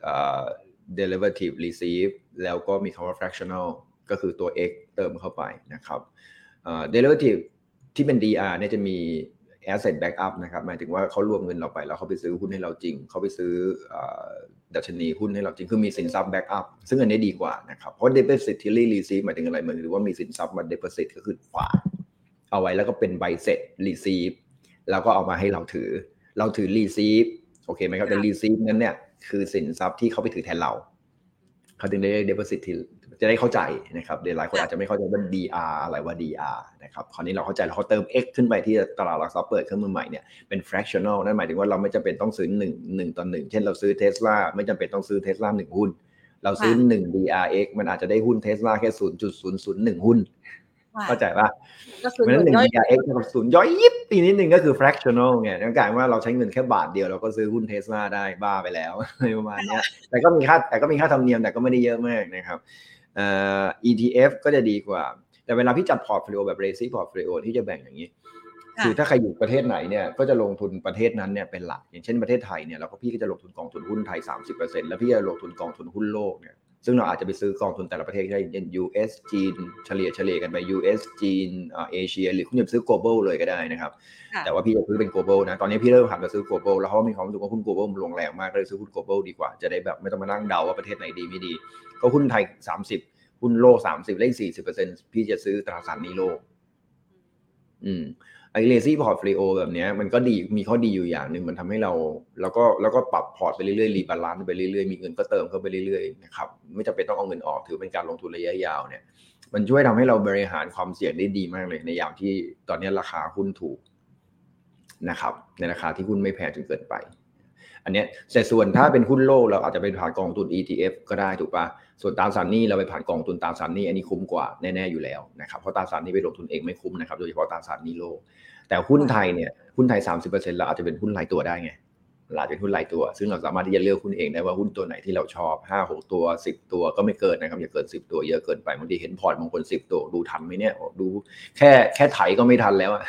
derivative receipt แล้วก็มีคำว่า fractional ก็คือตัว x เติมเข้าไปนะครับ derivative ที่เป็น ดี อาร์ เนี่ยจะมี asset backup นะครับหมายถึงว่าเขารวมเงินเราไปแล้วเขาไปซื้อหุ้นให้เราจริงเขาไปซื้อดัชนีหุ้นให้เราจริงคือมีสินทรัพย์ backup ซึ่งอันนี้ดีกว่านะครับเพราะ depository receipt หมายถึงอะไรหมายถึงว่ามีสินทรัพย์มา deposit ก็คือฝากเอาไว้แล้วก็เป็นใบเสร็จ receipt แล้วก็เอามาให้เราถือเราถือ receipt โอเคไหมครับแต่ receipt นั้นเนี่ยคือสินทรัพย์ที่เขาไปถือแทนเราเขาถึงได้ deposit จะได้เข้าใจนะครับเดี๋ยวหลายคนอาจจะไม่เข้าใจว่า ดี อาร์ อะไรว่า ดี อาร์ นะครับคราวนี้เราเข้าใจแล้วเขาเติม x ขึ้นไปที่ตลาดหลักทรัพย์เปิดเครื่องมือใหม่เนี่ยเป็น fractional นั่นหมายถึงว่าเราไม่จำเป็นต้องซื้อหนึ่ง หนึ่งต่อหนึ่งเช่นเราซื้อ Tesla ไม่จำเป็นต้องซื้อ Tesla หนึ่งหุ้นเราซื้อหนึ่ง ดี อาร์ เอ็กซ์ มันอาจจะได้หุ้น Tesla แค่ ศูนย์จุดศูนย์ศูนย์หนึ่ง หุ้นเข้าใจป่ะเพราะฉะนั้นหนึ่ง ดี อาร์ เอ็กซ์ กับศูนย์ย่อยยิบตีนิดนึงก็คือ fractional ไงนั่นกลายว่าเราใช้เงินแค่บาทเดียวเราก็ซื้อหุ้น Tesla ได้บ้าไปแล้วประมาณนี้แต่ก็มีค่าแต่ก็มีค่าธรรมเนียมแต่ก็ไม่ได้เยอะมากนะครับเอ่อ อี ที เอฟ ก็จะดีกว่าแต่เวลาพี่จัดพอร์ตโฟลิโอแบบ lazy portfolio ที่จะแบ่งอย่างนี้คือถ้าใครอยู่ประเทศไหนเนี่ยก็จะลงทุนประเทศนั้นเนี่ยเป็นหลักอย่างเช่นประเทศไทยเนี่ยเราก็พี่ก็จะลงทุนกองทุนหุ้นไทย สามสิบเปอร์เซ็นต์ แล้วพี่จะลงทุนกองทุนหุ้นโลกเนี่ยซึ่งเราอาจจะไปซื้อกองทุนแต่ละประเทศได้เช่น ยู เอส จีนเฉลี่ยเฉลี่ยกันไป ยู เอส จีนอ่าเอเชียหรือคุณจะซื้อ global เลยก็ได้นะครับแต่ว่าพี่จะซื้อเป็น global นะตอนนี้พี่เริ่มหันมาซื้อ global แล้วเพราะมีความรู้สึกว่าหุ้น global มันลงแรงมากก็เลยซื้อหุ้น global ดีกว่าจะได้แบบไม่ต้องมานั่งเดาว่าประเทศไหนดีไม่ดีก็หุ้นไทยสามสิบหุ้นโลกสามสิบเลข สี่สิบเปอร์เซ็นต์ พี่จะซื้อตราสารหนี้โลกอืมไอ้ lazy portfolio แบบนี้มันก็ดีมีข้อดีอยู่อย่างนึงมันทำให้เราแล้วก็แล้วก็ปรับพอร์ตไปเรื่อยๆรีบาลานซ์ไปเรื่อยๆมีเงินก็เติมเข้าไปเรื่อยๆนะครับไม่จำเป็นต้องเอาเงินออกถือเป็นการลงทุนระยะยาวเนี่ยมันช่วยทำให้เราบริหารความเสี่ยงได้ดีมากเลยในยามที่ตอนนี้ราคาหุ้นถูกนะครับในราคาที่หุ้นไม่แพงจนเกินไปอันนี้แต่ส่วนถ้าเป็นหุ้นโลกเราอาจจะไปผ่านกองทุน อี ที เอฟ ก็ได้ถูกป่ะส่วนตราสารหนี้เราไปผ่านกองทุนตราสารหนี้อันนี้คุ้มกว่าแน่ๆอยู่แล้วนะครับเพราะตราสารหนี้ไปลงทุนเองไม่คุ้มนะครับโดยเฉพาะตราสารหนี้โลกแต่หุ้นไทยเนี่ยหุ้นไทย สามสิบเปอร์เซ็นต์ เราอาจจะเป็นหุ้นรายตัวได้ไงอาจจะเป็นหุ้นรายตัวซึ่งเราสามารถที่จะเลือกหุ้นเองได้ว่าหุ้นตัวไหนที่เราชอบ ห้าหก ตัวสิบตัวก็ไม่เกินนะครับอย่าเกินสิบตัวเยอะเกินไปบางทีเห็นพอร์ตบางคนสิบตัวดูทันไหมเนี่ยดูแค่แค่ไถก็ไม่ทันแล้วอ่ะ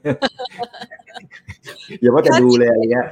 อย่าว่าแต่ดูเลยอะไรเงี้ย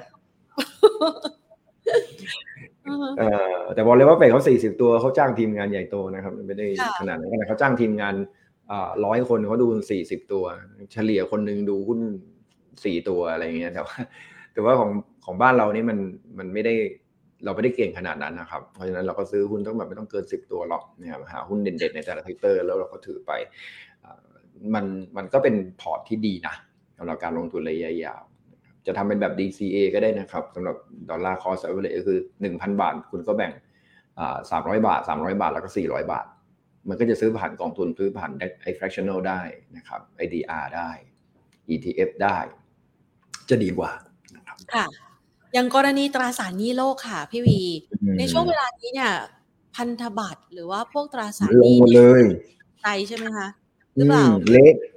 เอ่อแต่บอกเลยว่าเฟดเขาสี่สิบตัวเขาจ้างทีมงานใหญ่โตนะครับไม่ได้ขนาดนั้นเขาจ้างทีมงานอ่าร้อยคนเขาดูสี่สิบตัวเฉลี่ยคนนึงดูหุ้นสี่ตัวอะไรเงี้ยแต่ว่าแต่ว่าของของบ้านเรานี่มันมันไม่ได้เราไม่ได้เก่งขนาดนั้นนะครับเพราะฉะนั้นเราก็ซื้อหุ้นต้องแบบไม่ต้องเกินสิบตัวหรอกนะครับหาหุ้นเด่นๆในแต่ละเซกเตอร์แล้วเราก็ถือไปมันมันก็เป็นพอร์ตที่ดีนะสำหรับการลงทุนระยะยาวจะทำเป็นแบบ ดี ซี เอ ก็ได้นะครับสำหรับดอลลาร์คอสต์แอเวอเรจก็คือ หนึ่งพัน บาทคุณก็แบ่งอ่าสามร้อยบาทสามร้อยบาทแล้วก็สี่ร้อยบาทมันก็จะซื้อผ่านกองทุนซื้อผ่านไอ้ fractional ได้นะครับ ไอ ดี อาร์ ได้ อี ที เอฟ ได้จะดีกว่านะครับค่ะอย่างกรณีตราสารหนี้โลกค่ะพี่วีในช่วงเวลานี้เนี่ยพันธบัตรหรือว่าพวกตราสารหนี้ลงเลยใจใช่ไหมคะหรือเปล่าเละ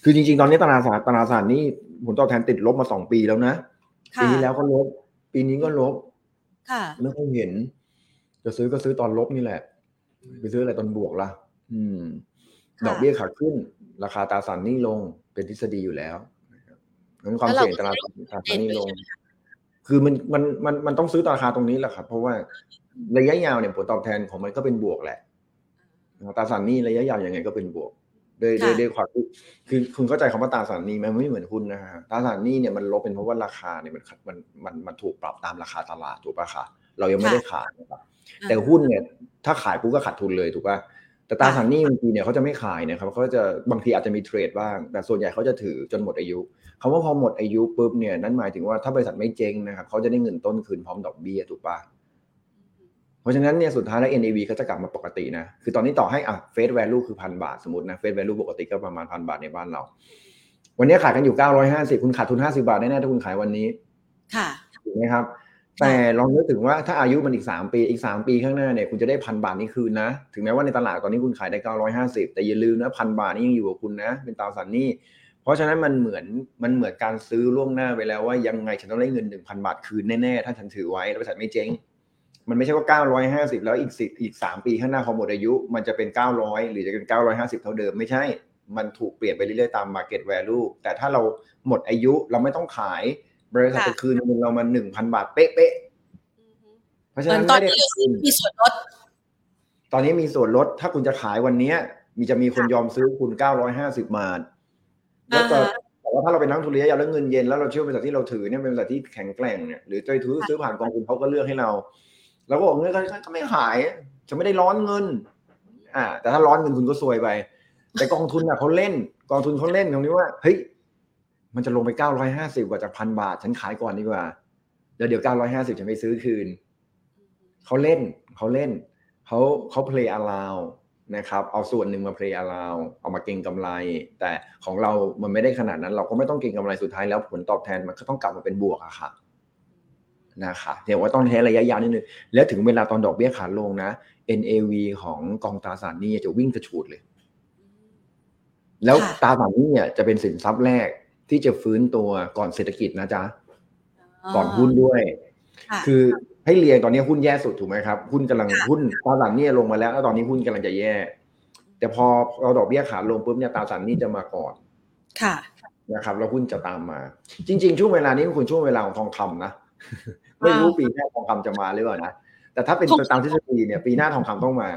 คือจริงๆตอนนี้ตราสารตราสารนี่ผลตอบแทนติดลบมาสองปีแล้วนะปีที่แล้วก็ลบปีนี้ก็ลบไม่ค่อยเห็นจะซื้อก็ซื้อตอนลบนี่แหละไปซื้ออะไรตอนบวกล่ะอืมดอกเบี้ยขาขึ้นราคาตราสารหนี้ลงเป็นทฤษฎีอยู่แล้วงั้นความเสี่ยงตราสารหนี้ลงคือมันมันมันมันต้องซื้อราคาตรงนี้แหละครับเพราะว่าระยะยาวเนี่ยผลตอบแทนของมันก็เป็นบวกแหละตราสารหนี้ระยะยาวยังไงก็เป็นบวกด้วยด้วยด้วยความคือคุณเข้าใจคำว่าตราสารหนี้ไหมมันไม่เหมือนหุ้นนะฮะตราสารหนี้เนี่ยมันลบเป็นเพราะว่าราคาเนี่ยมันมันมันมันถูกปรับตามราคาตลาดถูกป่ะคะเรายังไม่ได้ขายนะครับแต่หุ้นเนี่ยถ้าขายปุ๊บก็ขาดทุนเลยถูกป่ะแต่ตราสารหนี้บางทีเนี่ยเขาจะไม่ขายนะครับเขาจะบางทีอาจจะมีเทรดบ้างแต่ส่วนใหญ่เขาจะถือจนหมดอายุคำว่าพอหมดอายุปุ๊บเนี่ยนั่นหมายถึงว่าถ้าบริษัทไม่เจ๊งนะครับเขาจะได้เงินต้นคืนพร้อมดอกเบี้ยถูกป่ะเพราะฉะนั้นเนี่ยสุดท้ายแล้ว เอ็น เอ วี ก็จะกลับมาปกตินะคือตอนนี้ต่อให้อ่ะ face value คือ หนึ่งพัน บาทสมมุตินะ face value ปกติก็ประมาณ หนึ่งพัน บาทในบ้านเราวันนี้ขายกันอยู่เก้าร้อยห้าสิบคุณขาดทุนห้าสิบบาทแน่ๆถ้าคุณขายวันนี้ค่ะถูกมั้ยครับแต่ลองนึกถึงว่าถ้าอายุมันอีกสามปีอีกสามปีข้างหน้าเนี่ยคุณจะได้ หนึ่งพัน บาทนี้คืนนะถึงแม้ว่าในตลาดตอนนี้คุณขายได้เก้าร้อยห้าสิบแต่อย่าลืมนะ หนึ่งพัน บาทนี่ยังอยู่กับคุณนะเป็นตราสารหนี้เพราะฉะนั้นมันเหมือนมันเหมือนการซื้อล่วงหน้าไปแล้วว่ายังไงฉันต้องได้เงิน หนึ่งพัน บาทคืนแน่ๆถ้าฉันถือไว้แล้วบริษัทไม่เจ๊งมันไม่ใช่ว่าเก้าร้อยห้าสิบแล้วอีกสิบอีกสามปีข้างหน้าพอหมดอายุมันจะเป็นเก้าร้อยหรือจะเป็นเก้าร้อยห้าสิบเท่าเดิมไม่ใช่มันถูกเปลี่ยนไปเรื่อยๆตาม market value แต่ถ้าเราหมดอายุเราไม่ต้องขายบริษัทจะคืนเงินเรามา หนึ่งพัน บาทเป๊ะๆเพราะฉะนั้นไม่ได้มีส่วนลดตอนนี้มีส่วนลดถ้าคุณจะขายวันนี้มีจะมีคนยอมซื้อคุณเก้าร้อยห้าสิบบาทแล้วก็แต่ว่าถ้าเราเป็นนักทุนระยะยาวแล้วเงินเย็นแล้วเราเชื่อบริษัทที่เราถือเนี่ยเป็นบริษัทที่แข็งแกร่งเนี่ยหรือจะซื้อซื้อผ่านกองทุนเขาก็เลือกให้เราเราก็บอกเงินก็ไม่ขายจะไม่ได้ร้อนเงินอ่าแต่ถ้าร้อนเงินคุณก็ซวยไปแต่กองทุนอ่ะเขาเล่นกองทุนเขาเล่นตรงนี้ว่าเฮ้ยมันจะลงไปเก้าร้อยห้าสิบกว่าจาก หนึ่งพัน บาทฉันขายก่อนดีกว่าเดี๋ยวเดี๋ยวเก้าร้อยห้าสิบฉันไปซื้อคืนเขาเล่นเขาเล่นเขาเขา play allow นะครับเอาส่วนหนึ่งมา play allow เอามาเก็งกำไรแต่ของเรามันไม่ได้ขนาดนั้นเราก็ไม่ต้องเก็งกำไรสุดท้ายแล้วผลตอบแทนมันก็ต้องกลับมาเป็นบวกอะค่ะนะคะเดี๋ยวว่าต้องใช้ระยะยาวนิดนึงแล้วถึงเวลาตอนดอกเบี้ยขาลงนะ เอ็น เอ วี ของกองตราสารหนี้จะวิ่งกระฉูดเลยแล้วตราสารหนี้เนี่ยจะเป็นสินทรัพย์แรกที่จะฟื้นตัวก่อนเศรษฐกิจนะจ๊ะก่อนหุ้นด้วยคือให้เรียงตอนนี้หุ้นแย่สุดถูกไหมครับหุ้นกำลังหุ้นตราสารหนี้ลงมาแล้วแล้วตอนนี้หุ้นกำลังจะแย่แต่พอเราดอกเบี้ยขาลงปุ๊บเนี่ยตราสารหนี้จะมาก่อนค่ะนะครับแล้วหุ้นจะตามมาจริงๆช่วงเวลานี้มันคือช่วงเวลาของทองคำนะไม่รู้ปีหน้าทองคำจะมาหรือเปล่านะแต่ถ้าเป็นตามทฤษฎีเนี่ยปีหน้าทองคำต้องมา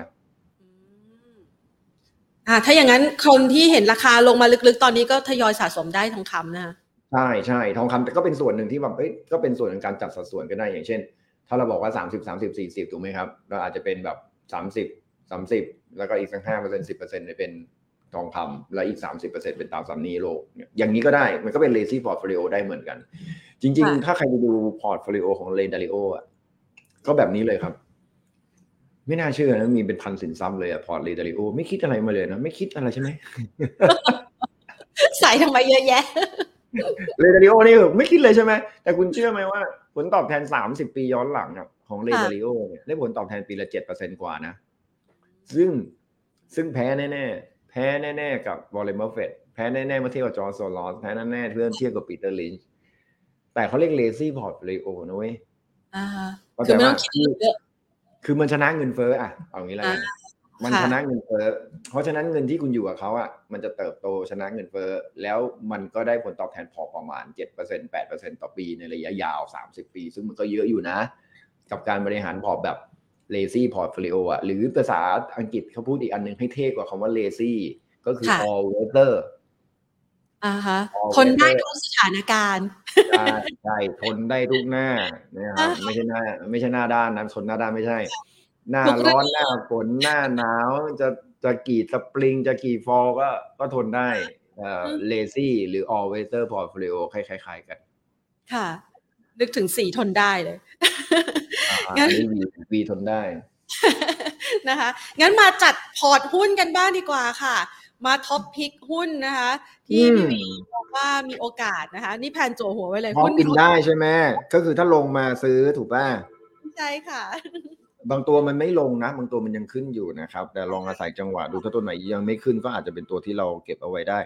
อ่าถ้าอย่างนั้นคนที่เห็นราคาลงมาลึกๆตอนนี้ก็ทยอยสะสมได้ทองคำนะคะใช่ใช่ทองคำแต่ก็เป็นส่วนหนึ่งที่แบบเอ้ยก็เป็นส่วนของการจัดสัดส่วนก็ได้อย่างเช่นถ้าเราบอกว่าสามสิบ สามสิบ สี่สิบถูกไหมครับเราอาจจะเป็นแบบสามสิบ สามสิบแล้วก็อีกสัก ห้าเปอร์เซ็นต์ สิบเปอร์เซ็นต์ เนี่ยเป็นทองคำแล้วอีก สามสิบเปอร์เซ็นต์ เป็นตราสารหนี้โลกอย่างนี้ก็ได้มันก็เป็น lazy portfolio ได้เหมือนกันจริงๆถ้าใครไปดู portfolio ของ Ray Dalio อ่ะก็แบบนี้เลยครับไม่น่าเชื่อนะมีเป็นพันสินทรัพย์เลยอ่ะ port Ray Dalio ไม่คิดอะไรมาเลยนะไม่คิดอะไรใช่ไหมใส่ทำไมเยอะแยะเรดาริโอนี่ไม่คิดเลยใช่ไหมแต่คุณเชื่อไหมว่าผลตอบแทนสามสิบปีย้อนหลังของเรดาริโอเนี่ยได้ผลตอบแทนปีละ เจ็ดเปอร์เซ็นต์ กว่านะซึ่งซึ่งแพ้แน่ๆแพ้แน่ๆกับวอลเลน บัฟเฟตต์แพ้แน่ๆเมื่อเทียบกับจอร์จ โซลอสแพ้แน่ๆเมื่อเทียบกับปีเตอร์ลินช์แต่เขาเรียก lazy portfolio นะเว้ยอ่าคือไม่ต้องคิดเยอะคือมันชนะเงินเฟ้ออ่ะเอางี้ละกันมันชนะเงินเฟ้อเพราะฉะนั้นเงินที่คุณอยู่กับเขาอ่ะมันจะเติบโตชนะเงินเฟ้อแล้วมันก็ได้ผลตอบแทนพอประมาณ เจ็ดเปอร์เซ็นต์ แปดเปอร์เซ็นต์ ต่อปีในระยะยาวสามสิบปีซึ่งมันก็เยอะอยู่นะกับการบริหารพอร์ตแบบ lazy portfolio อ่ะหรือภาษาอังกฤษเขาพูดอีกอันนึงให้เท่กว่าคำว่า lazy ก็คือ all weather อ่าฮะทนได้ทุกสถานการณ์ใช่ใช่ทนได้ทุกหน้านะครับไม่ใช่หน้าไม่ใช่หน้าด้านนะทนหน้าด้านไม่ใช่หน้าร้อนหน้าฝนหน้าหนาวจะจะกี่สปริงจะกี่ฟอลก็ก็ทนได้เอ่อ lazy หรือ all weather portfolio คล้ายๆกันค่ะนึกถึงสีทนได้เลยงั้นวีทนได้นะคะงั้นมาจัดพอร์ตหุ้นกันบ้างดีกว่าค่ะมาท็อปพิกหุ้นนะคะที่พี่วีบอกว่ามีโอกาสนะคะนี่แผนจั่วหัวไว้เลยหุ้นกินได้ใช่ไหมก็คือถ้าลงมาซื้อถูกป่ะใช่ค่ะบางตัวมันไม่ลงนะบางตัวมันยังขึ้นอยู่นะครับแต่ลองอาศัยจังหวะดูถ้าตัวไหนยังไม่ขึ้นก็อาจจะเป็นตัวที่เราเก็บเอาไว้ได้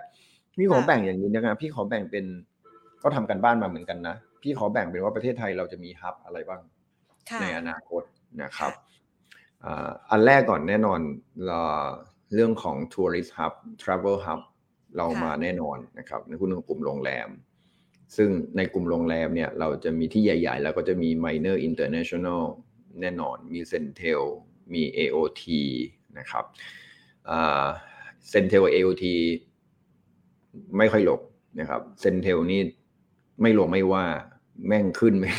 พี่ขอค่ะแบ่งอย่างนี้นะครับพี่ขอแบ่งเป็นก็ทำกันบ้านมาเหมือนกันนะพี่ขอแบ่งเป็นว่าประเทศไทยเราจะมีฮับอะไรบ้างในค่ะอนาคตนะครับค่ะอ่าอันแรกก่อนแน่นอนเราเรื่องของ Tourist Hub Travel Hub เราค่ะมาแน่นอนนะครับในหุ้นของกลุ่มโรงแรมซึ่งในกลุ่มโรงแรมเนี่ยเราจะมีที่ใหญ่ๆแล้วก็จะมี Minor International แน่นอนมี Centel มี เอ โอ ที นะครับอ่า Centel กับ เอ โอ ที ไม่ค่อยหลบนะครับ Centel นี่ไม่หลบไม่ว่าแม่งขึ้นไหม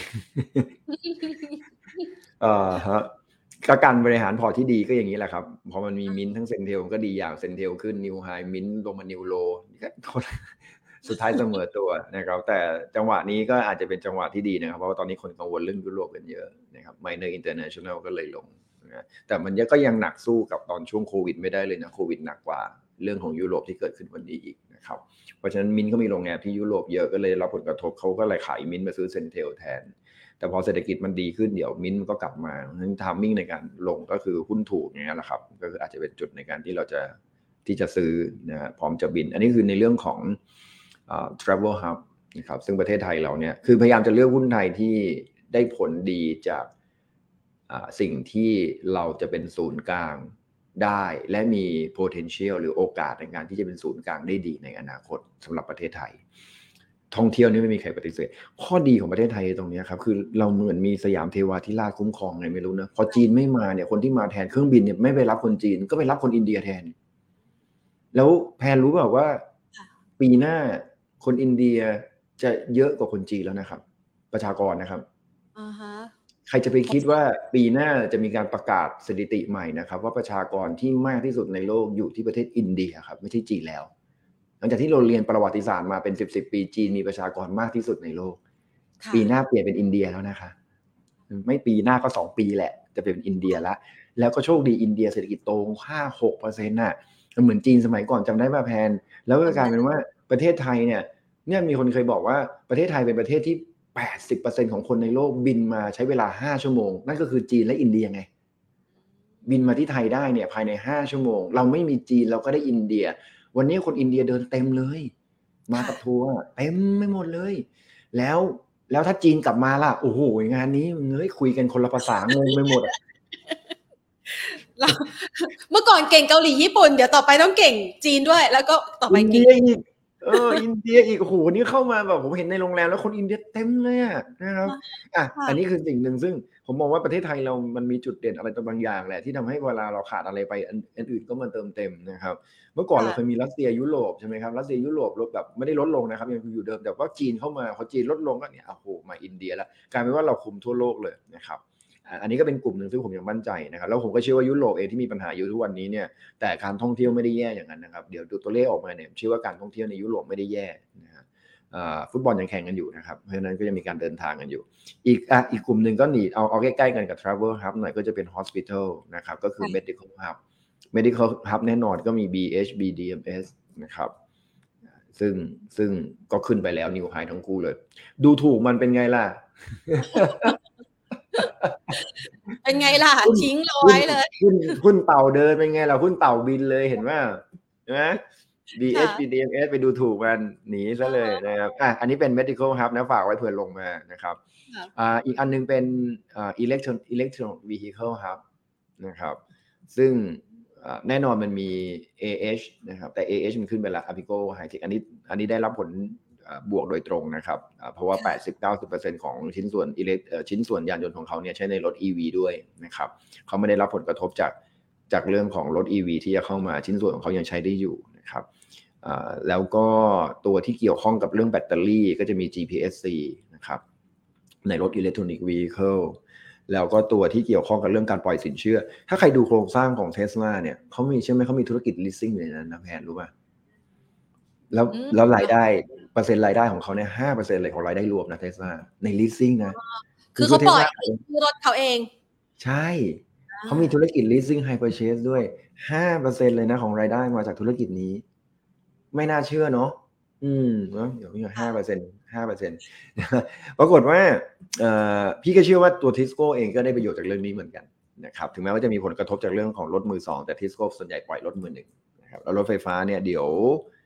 เอ่อฮะก็การบริหารพอร์ตที่ดีก็อย่างนี้แหละครับพอมันมีมิ้นทั้งเซนเทลก็ดีอย่างเซนเทลขึ้นนิวไฮมิ้นลงมานิวโลก็สุดท้ายเสมอตัวนะครับแต่จังหวะนี้ก็อาจจะเป็นจังหวะที่ดีนะครับเพราะว่าตอนนี้คนกังวลเรื่องยุโรปกันเยอะนะครับ Minor International ก็เลยลงนะแต่มันก็ยังหนักสู้กับตอนช่วงโควิดไม่ได้เลยนะโควิดหนักกว่าเรื่องของยุโรปที่เกิดขึ้นวันนี้อีกนะครับเพราะฉะนั้นมิ้นก็มีโรงแรมที่ยุโรปเยอะก็เลยรับผลกระทบเขาก็เลยขายมิ้นมาซื้อเซนเทลแทนแต่พอเศรษฐกิจมันดีขึ้นเดี๋ยวมิ้นก็กลับมาเพราะฉะนั้นไทมิ่งในการลงก็คือหุ้นถูกอย่างเงี้ยแหละครับก็คืออาจจะเป็นจุดในการที่เราจะที่จะซื้อนะพร้อมจะบินอันนี้คือในเรื่องของอ่า travel hub นะครับซึ่งประเทศไทยเราเนี่ยคือพยายามจะเลือกหุ้นไทยที่ได้ผลดีจากสิ่งที่เราจะเป็นศูนย์กลางได้และมี potential หรือโอกาสในการที่จะเป็นศูนย์กลางได้ดีในอนาคตสำหรับประเทศไทยท่องเที่ยวนี่ไม่มีใครปฏิเสธข้อดีของประเทศไทยตรงนี้ครับคือเราเหมือนมีสยามเทวาธิราชคุ้มครองไงไม่รู้นะพอจีนไม่มาเนี่ยคนที่มาแทนเครื่องบินเนี่ยไม่ไปรับคนจีนก็ไปรับคนอินเดียแทนแล้วแพนรู้เปล่าว่าปีหน้าคนอินเดียจะเยอะกว่าคนจีนแล้วนะครับประชากรนะครับอ่าฮะใครจะไปคิดว่าปีหน้าจะมีการประกาศสถิติใหม่นะครับว่าประชากรที่มากที่สุดในโลกอยู่ที่ประเทศอินเดียครับไม่ใช่จีนแล้วหลังจากที่เราเรียนประวัติศาสตร์มาเป็นสิบสิบปีจีนมีประชากรมากที่สุดในโลกปีหน้าเปลี่ยนเป็นอินเดียแล้วนะคะไม่ปีหน้าก็สองปีแหละจะเป็นอินเดียแล้วแล้วก็โชคดีอินเดียเศรษฐกิจโต ห้า หกเปอร์เซ็นต์ น่ะเหมือนจีนสมัยก่อนจำได้ป่ะแพนแล้วก็กลายเป็นว่าประเทศไทยเนี่ยเนี่ยมีคนเคยบอกว่าประเทศไทยเป็นประเทศที่แปดสิบเปอร์เซ็นต์ ของคนในโลกบินมาใช้เวลาห้าชั่วโมงนั่นก็คือจีนและอินเดียไงบินมาที่ไทยได้เนี่ยภายในห้าชั่วโมงเราไม่มีจีนเราก็ได้อินเดียวันนี้คนอินเดียเดินเต็มเลยมากับทัวร์เต็มไม่หมดเลยแล้วแล้วถ้าจีนกลับมาล่ะโอ้โหงานนี้เฮ้ยคุยกันคนละภาษางงไปหมดเราเมื่อก่อนเก่งเกาหลีญี่ปุ่นเดี๋ยวต่อไปต้องเก่งจีนด้วยแล้วก็ต่อไปเก่งอีกเอออินเดียอีกโอ้โหนี่เข้ามาแบบผมเห็นในโรงแรมแล้วคนอินเดียเต็มเลยอ่ะนะครับอ่ะอันนี้คือสิ่งหนึ่งซึ่งผมมองว่าประเทศไทยเรามันมีจุดเด่นอะไรบางอย่างแหละที่ทำให้เวลาเราขาดอะไรไปอันอื่นก็มาเติมเต็มนะครับเมื่อก่อนเราเคยมีรัสเซียยุโรปใช่ไหมครับรัสเซียยุโรปลดแบบไม่ได้ลดลงนะครับยังอยู่เดิมแต่ว่าจีนเข้ามาพอจีนลดลงก็เนี่ยโอ้โหมาอินเดียแล้วกลายเป็นว่าเราคุมทั่วโลกเลยนะครับอันนี้ก็เป็นกลุ่มหนึ่งซึ่งผมยังมั่นใจนะครับแล้วผมก็เชื่อว่ายุโรปเองที่มีปัญหาอยู่ทุกวันนี้เนี่ยแต่การท่องเที่ยวไม่ได้แย่อย่างนั้นนะครับเดี๋ยวดูตัวเลขออกมาเนี่ยเชื่อว่าการท่องเที่ยวในยุโรปไม่ได้แย่นะฮะฟุตบอลยังแข่งกันอยู่นะครับเพราะฉะนั้นก็จะมีการเดินทางกันอยู่อีกอ่ะอีกกลุ่มหนึ่งก็หนีเอาเอาใกล้ๆกันกับ Travel Hub หน่อยก็จะเป็น Hospital นะครับก็คือ Medical Hub Medical Hub แน่นอนก็มี บี เอช บี ดี เอ็ม เอส นะครับซึ่งซึ่งก็ขึ้นไปแล้วนิวไฮทั้งคู่เลยดูถูกมันเป็นไงล่ะเป็นไงล่ะทิ้งเราไว้เลยหุ้นหุ้นเต่าเดินเป็นไงล่ะหุ้นเต่าบินเลยเห็นว่านะ บี เอช บี ดี เอ็ม เอส ไปดูถูกมันหนีซะเลยนะครับอ่ะอันนี้เป็น medical hub นะฝากไว้เผื่อลงมานะครับอ่าอีกอันนึงเป็นอ่า electron electron vehicle hub นะครับซึ่งแน่นอนมันมี เอ เอช นะครับแต่ เอ เอช มันขึ้นไปแล้ว Apico High-Tech อันนี้อันนี้ได้รับผลบวกโดยตรงนะครับเพราะว่า แปดสิบถึงเก้าสิบเปอร์เซ็นต์ ของชิ้นส่วนอิเล็กชิ้นส่วนยานยนต์ของเขาเนี่ยใช้ในรถ อี วี ด้วยนะครับเขาไม่ได้รับผลกระทบจากจากเรื่องของรถ อี วี ที่จะเข้ามาชิ้นส่วนของเขายังใช้ได้อยู่นะครับแล้วก็ตัวที่เกี่ยวข้องกับเรื่องแบตเตอรี่ก็จะมี จี พี เอส ซี นะครับในรถ Electronic Vehicle แล้วก็ตัวที่เกี่ยวข้องกับเรื่องการปล่อยสินเชื่อถ้าใครดูโครงสร้างของ Tesla เนี่ยเขามีใช่ไหมเขามีธุรกิจ leasing อยู่ในนั้นนะแพนรู้ป่ะแล้วแล้วรายได้เปอร์เซ็นต์รายได้ของเขาเนี่ย ห้าเปอร์เซ็นต์ เลยของรายได้รวมนะ Tesla ใน leasing นะคือเขาปล่อยคือรถเขาเองใช่เขามีธุรกิจ leasing high purchase ด้วย ห้าเปอร์เซ็นต์ เลยนะของรายได้มาจากธุรกิจนี้ไม่น่าเชื่อเนาะอืมเนาะเดี๋ยวพี่ห้าเปอร์เซ็นต์ ห้าเปอร์เซ็นต์ปรากฏว่าเอ่อพี่ก็เชื่อว่าตัว Tisco เองก็ได้ประโยชน์จากเรื่องนี้เหมือนกันนะครับถึงแม้ว่าจะมีผลกระทบจากเรื่องของรถมือสองแต่ Tisco ส่วนใหญ่ปล่อยรถมือหนึ่งนะครับแล้วรถไฟฟ้าเนี่ยเดี๋ยว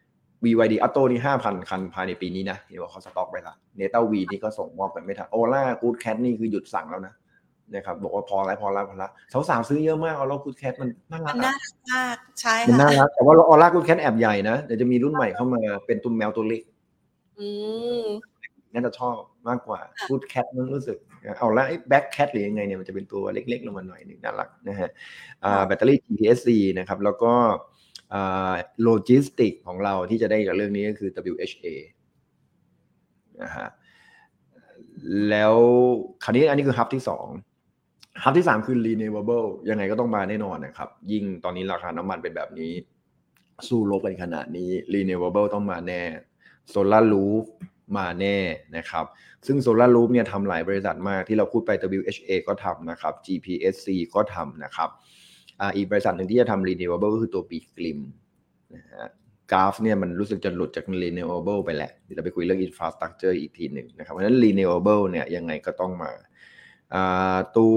บี วาย ดี Auto นี่ ห้าพัน คันภายในปีนี้นะที่ว่าเขาสต็อกไว้ละ Neta V นี่ก็ส่งมอบกันไม่ทัน Aura Good Cat นี่คือหยุดสั่งแล้วนะนะครับบอกว่าพอแล้วพอแล้วพอแล้วสาวๆซื้อเยอะมาก Aura Good Cat มันน่ารักมันน่ารักมากใช่มันน่าค่ะรักแต่ว่า Aura Good Cat แอบใหญ่นะเดี๋ยวจะมีรุ่นใหม่เข้ามาเป็นตัวแมวตัวเล็กอืมน่าจะชอบมากกว่าค่ะ Good Cat มันรู้สึกเอาละไอ้ Black Cat หรือยังไงเนี่ยมันจะเป็นตัวเล็กๆลงมาหน่อยนึงน่ารักนะฮะอ่าแบตเตอรี่ จี พี เอส ซี นะครับแล้วก็อ่าโลจิสติกของเราที่จะได้จากเรื่องนี้ก็คือ ดับเบิลยู เอช เอ นะฮะแล้วคราวนี้อันนี้คือฮับที่สองฮับที่สามคือ renewable ยังไงก็ต้องมาแน่นอนนะครับยิ่งตอนนี้ราคาน้ำมันเป็นแบบนี้สู้รบกันขนาดนี้ renewable ต้องมาแน่ solar roof มาแน่นะครับซึ่ง solar roof เนี่ยทำหลายบริษัทมากที่เราพูดไป ดับเบิลยู เอช เอ ก็ทำนะครับ จี พี เอส ซี ก็ทำนะครับอ่าอีกบริษัทหนึ่งที่จะทำ renewable ก็คือตัว Peak Glim นะฮะกราฟเนี่ยมันรู้สึกจะหลุดจาก renewable ไปแล้วเดี๋ยวเราไปคุยเรื่อง infrastructure อีกทีหนึ่งนะครับเพราะฉะนั้น renewable เนี่ยยังไงก็ต้องมาอ่าตัว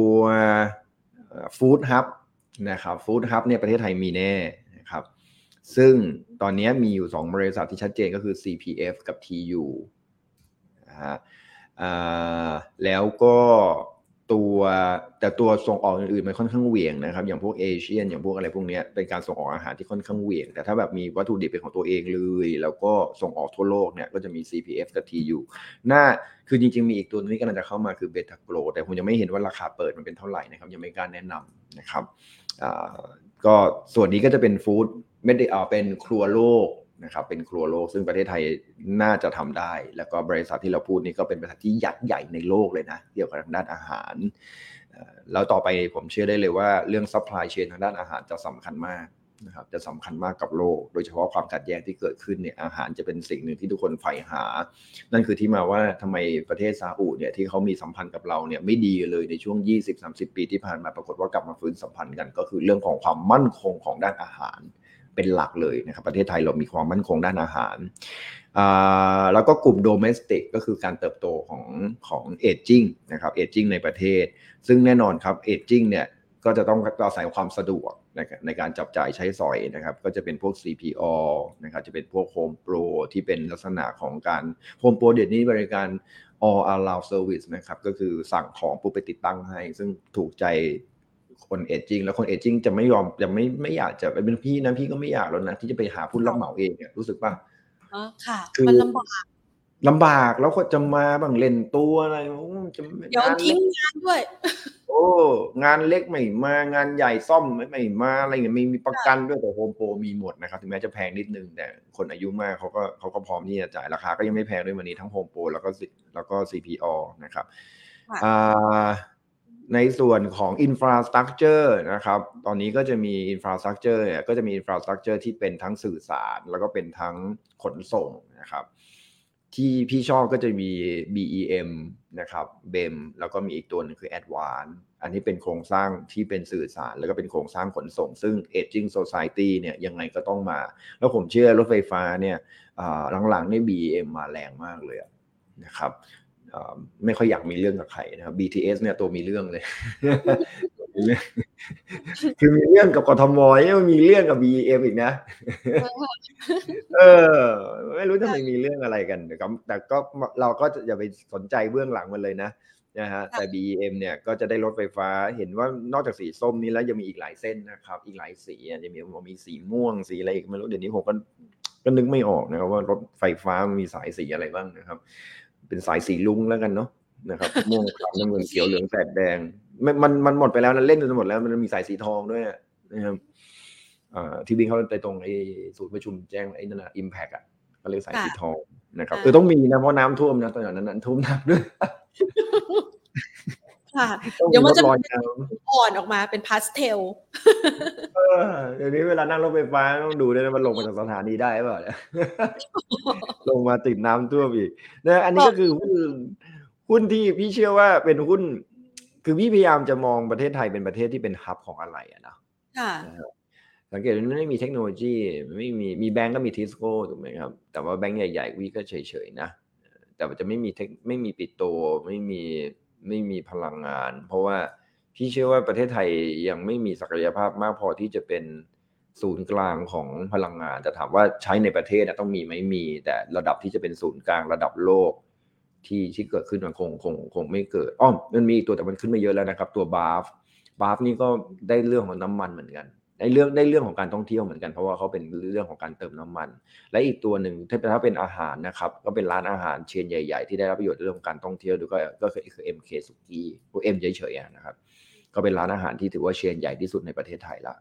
food hub นะครับ food hub เนี่ยประเทศไทยมีแน่นะครับซึ่งตอนนี้มีอยู่สองบริษัทที่ชัดเจนก็คือ ซี พี เอฟ กับ ที ยู นะฮะอ่าแล้วก็ตัวแต่ตัวส่งออกอื่นๆมันค่อนข้างเหวี่ยงนะครับอย่างพวกเอเชียนอย่างพวกอะไรพวกนี้เป็นการส่งออกอาหารที่ค่อนข้างเหวี่ยงแต่ถ้าแบบมีวัตถุดิบเป็นของตัวเองเลยแล้วก็ส่งออกทั่วโลกเนี่ยก็จะมี ซี พี เอฟ กับ ที ยู น่าคือจริงๆมีอีกตัวนึงที่กำลังจะเข้ามาคือเบต้าโกลแต่ผมยังไม่เห็นว่าราคาเปิดมันเป็นเท่าไหร่นะครับยังไม่กล้าแนะนำนะครับอ่าก็ส่วนนี้ก็จะเป็นฟู้ดไม่ได้เอาเป็นครัวโลกนะครับเป็นครัวโลกซึ่งประเทศไทยน่าจะทำได้แล้วก็บริษัทที่เราพูดนี่ก็เป็นบริษัทที่ยักษ์ใหญ่ในโลกเลยนะเกี่ยวกับทางด้านอาหารแล้วต่อไปผมเชื่อได้เลยว่าเรื่อง supply chain ทางด้านอาหารจะสำคัญมากนะครับจะสำคัญมากกับโลกโดยเฉพาะความขัดแย้งที่เกิดขึ้นเนี่ยอาหารจะเป็นสิ่งหนึ่งที่ทุกคนใฝ่หานั่นคือที่มาว่าทำไมประเทศซาอุเนี่ยที่เขามีสัมพันธ์กับเราเนี่ยไม่ดีเลยในช่วง ยี่สิบถึงสามสิบ ปีที่ผ่านมาปรากฏว่ากลับมาฟื้นสัมพันธ์กันก็คือเรื่องของความมั่นคงของด้านอาหารเป็นหลักเลยนะครับประเทศไทยเรามีความมั่นคงด้านอาหารแล้วก็กลุ่ม domestic ก็คือการเติบโตของของ aging นะครับ aging ในประเทศซึ่งแน่นอนครับ aging เนี่ยก็จะต้องอาศัยความสะดวกในการจับจ่ายใช้สอยนะครับก็จะเป็นพวก ซี พี โอ นะครับจะเป็นพวก Home Pro ที่เป็นลักษณะของการ Home Pro เดี๋ยวนี้บริการ all around service นะครับก็คือสั่งของปุ๊บไปติดตั้งให้ซึ่งถูกใจคนเอจจิ้งแล้วคนเอจจิ้งจะไม่ยอมจะไม่ไม่อยากจะเป็นพี่นะพี่ก็ไม่อยากแล้วนะที่จะไปหาผู้รับเหมาเองเนี่ยรู้สึกป่ะอ๋อค่ะมันลำบากลำบากแล้วก็จะมาบ้างเล่นตัวอะไรจะเดี๋ยวทิ้งงานด้วยโอ้งานเล็กไม่มางานใหญ่ซ่อมไม่ไม่มาอะไรเงี้ยไม่มีประกันด้วยแต่โฮมโปรมีหมดนะครับถึงแม้จะแพงนิดนึงแต่คนอายุมากเขาก็เขาก็พร้อมที่จะจ่ายราคาก็ยังไม่แพงด้วยวันนี้ทั้งโฮมโปรแล้วก็แล้วก็ ซี พี โอ นะครับอ่าในส่วนของ infrastructure นะครับตอนนี้ก็จะมี infrastructure เนี่ยก็จะมี infrastructure ที่เป็นทั้งสื่อสารแล้วก็เป็นทั้งขนส่งนะครับที่พี่ชอบก็จะมี บี อี เอ็ม นะครับ บี อี เอ็ม แล้วก็มีอีกตัวนึงคือ Advance อันนี้เป็นโครงสร้างที่เป็นสื่อสารแล้วก็เป็นโครงสร้างขนส่งซึ่ง Aging Society เนี่ยยังไงก็ต้องมาแล้วผมเชื่อรถไฟฟ้าเนี่ยหลังๆนี่ บี อี เอ็ม มาแรงมากเลยนะครับไม่ค่อยอยากมีเรื่องกับใครนะครับ บี ที เอส เนี่ยตัวมีเรื่องเลย คือมีเรื่องกับกทมยังมีเรื่องกับ บี อี เอ็ม อีกนะเออไม่รู้จะไม่มีเรื่องอะไรกันแต่ก็เราก็อย่าไปสนใจเบื้องหลังมันเลยนะนะฮะแต่ บี อี เอ็ม เนี่ยก็จะได้รถไฟฟ้าเห็นว่านอกจากสีส้มนี้แล้วยังมีอีกหลายเส้นนะครับอีกหลายสีจะมีมีสีม่วงสีอะไรอีกไม่รู้เดี๋ยวนี้ผมก็ก็นึกไม่ออกนะครับว่ารถไฟฟ้ามันมีสายสีอะไรบ้างนะครับเป็นสายสีลุ้งแล้วกันเนาะนะครับม่วงขาวน้ำเงินเขียวเหลืองแสดแดงมันมันมันหมดไปแล้วนะเล่นจนหมดแล้วมันมีสายสีทองด้วยนะครับอ่าที่วิ่งเข้าไปตรงไอ้ศูนย์ประชุมแจ้งไอ้นั่นน่ะ Impact อ่ะเขาเรียกสายสีทองนะครับเออต้องมีนะเพราะน้ำท่วมนะตอนนั้นนั้นท่วมหนักด้วยค่ะเดี๋ยวมันจะเป็นอ่อนออกมาเป็นพาสเทลเออเดี๋ยวนี้เวลานั่งรถไฟฟ้าต้องดูด้วยนะมันลงมาจากสถานีได้หรือเปล่าเนี่ยลงมาติดน้ำท่วมอีกนะอันนี้ก็คือหุ้นหุ้นที่พี่เชื่อว่าเป็นหุ้นคือพี่พยายามจะมองประเทศไทยเป็นประเทศที่เป็นฮับของอะไรอ่ะนะสังเกตว่าไม่มีเทคโนโลยีไม่มีมีแบงก์ก็มีทิสโก้ถูกไหมครับแต่ว่าแบงก์ใหญ่ๆวิก็เฉยๆนะแต่ว่าจะไม่มีเทคไม่มีปิโตไม่มีไม่มีพลังงานเพราะว่าพี่เชื่อว่าประเทศไทยยังไม่มีศักยภาพมากพอที่จะเป็นศูนย์กลางของพลังงานแต่ถามว่าใช้ในประเทศต้องมีไหมมีแต่ระดับที่จะเป็นศูนย์กลางระดับโลกที่ที่เกิดขึ้นมันคงคงคงไม่เกิดอ้อมันมีอีกตัวแต่มันขึ้นมาเยอะแล้วนะครับตัวบาฟบาฟนี่ก็ได้เรื่องของน้ำมันเหมือนกันได้เรื่องได้เรื่องของการท่องเที่ยวเหมือนกันเพราะว่าเขาเป็นเรื่องของการเติมน้ำมันและอีกตัวหนึ่งถ้าถ้าเป็นอาหารนะครับก็เป็นร้านอาหารเชนใหญ่ๆที่ได้รับประโยชน์เรื่องของการท่องเที่ยวด้วยก็ก็คือคือ เอ็ม เค Suki พวก M เฉยๆนะครับก็เป็นร้านอาหารที่ถือว่าเชนใหญ่ที่สุดในประเทศไทยละ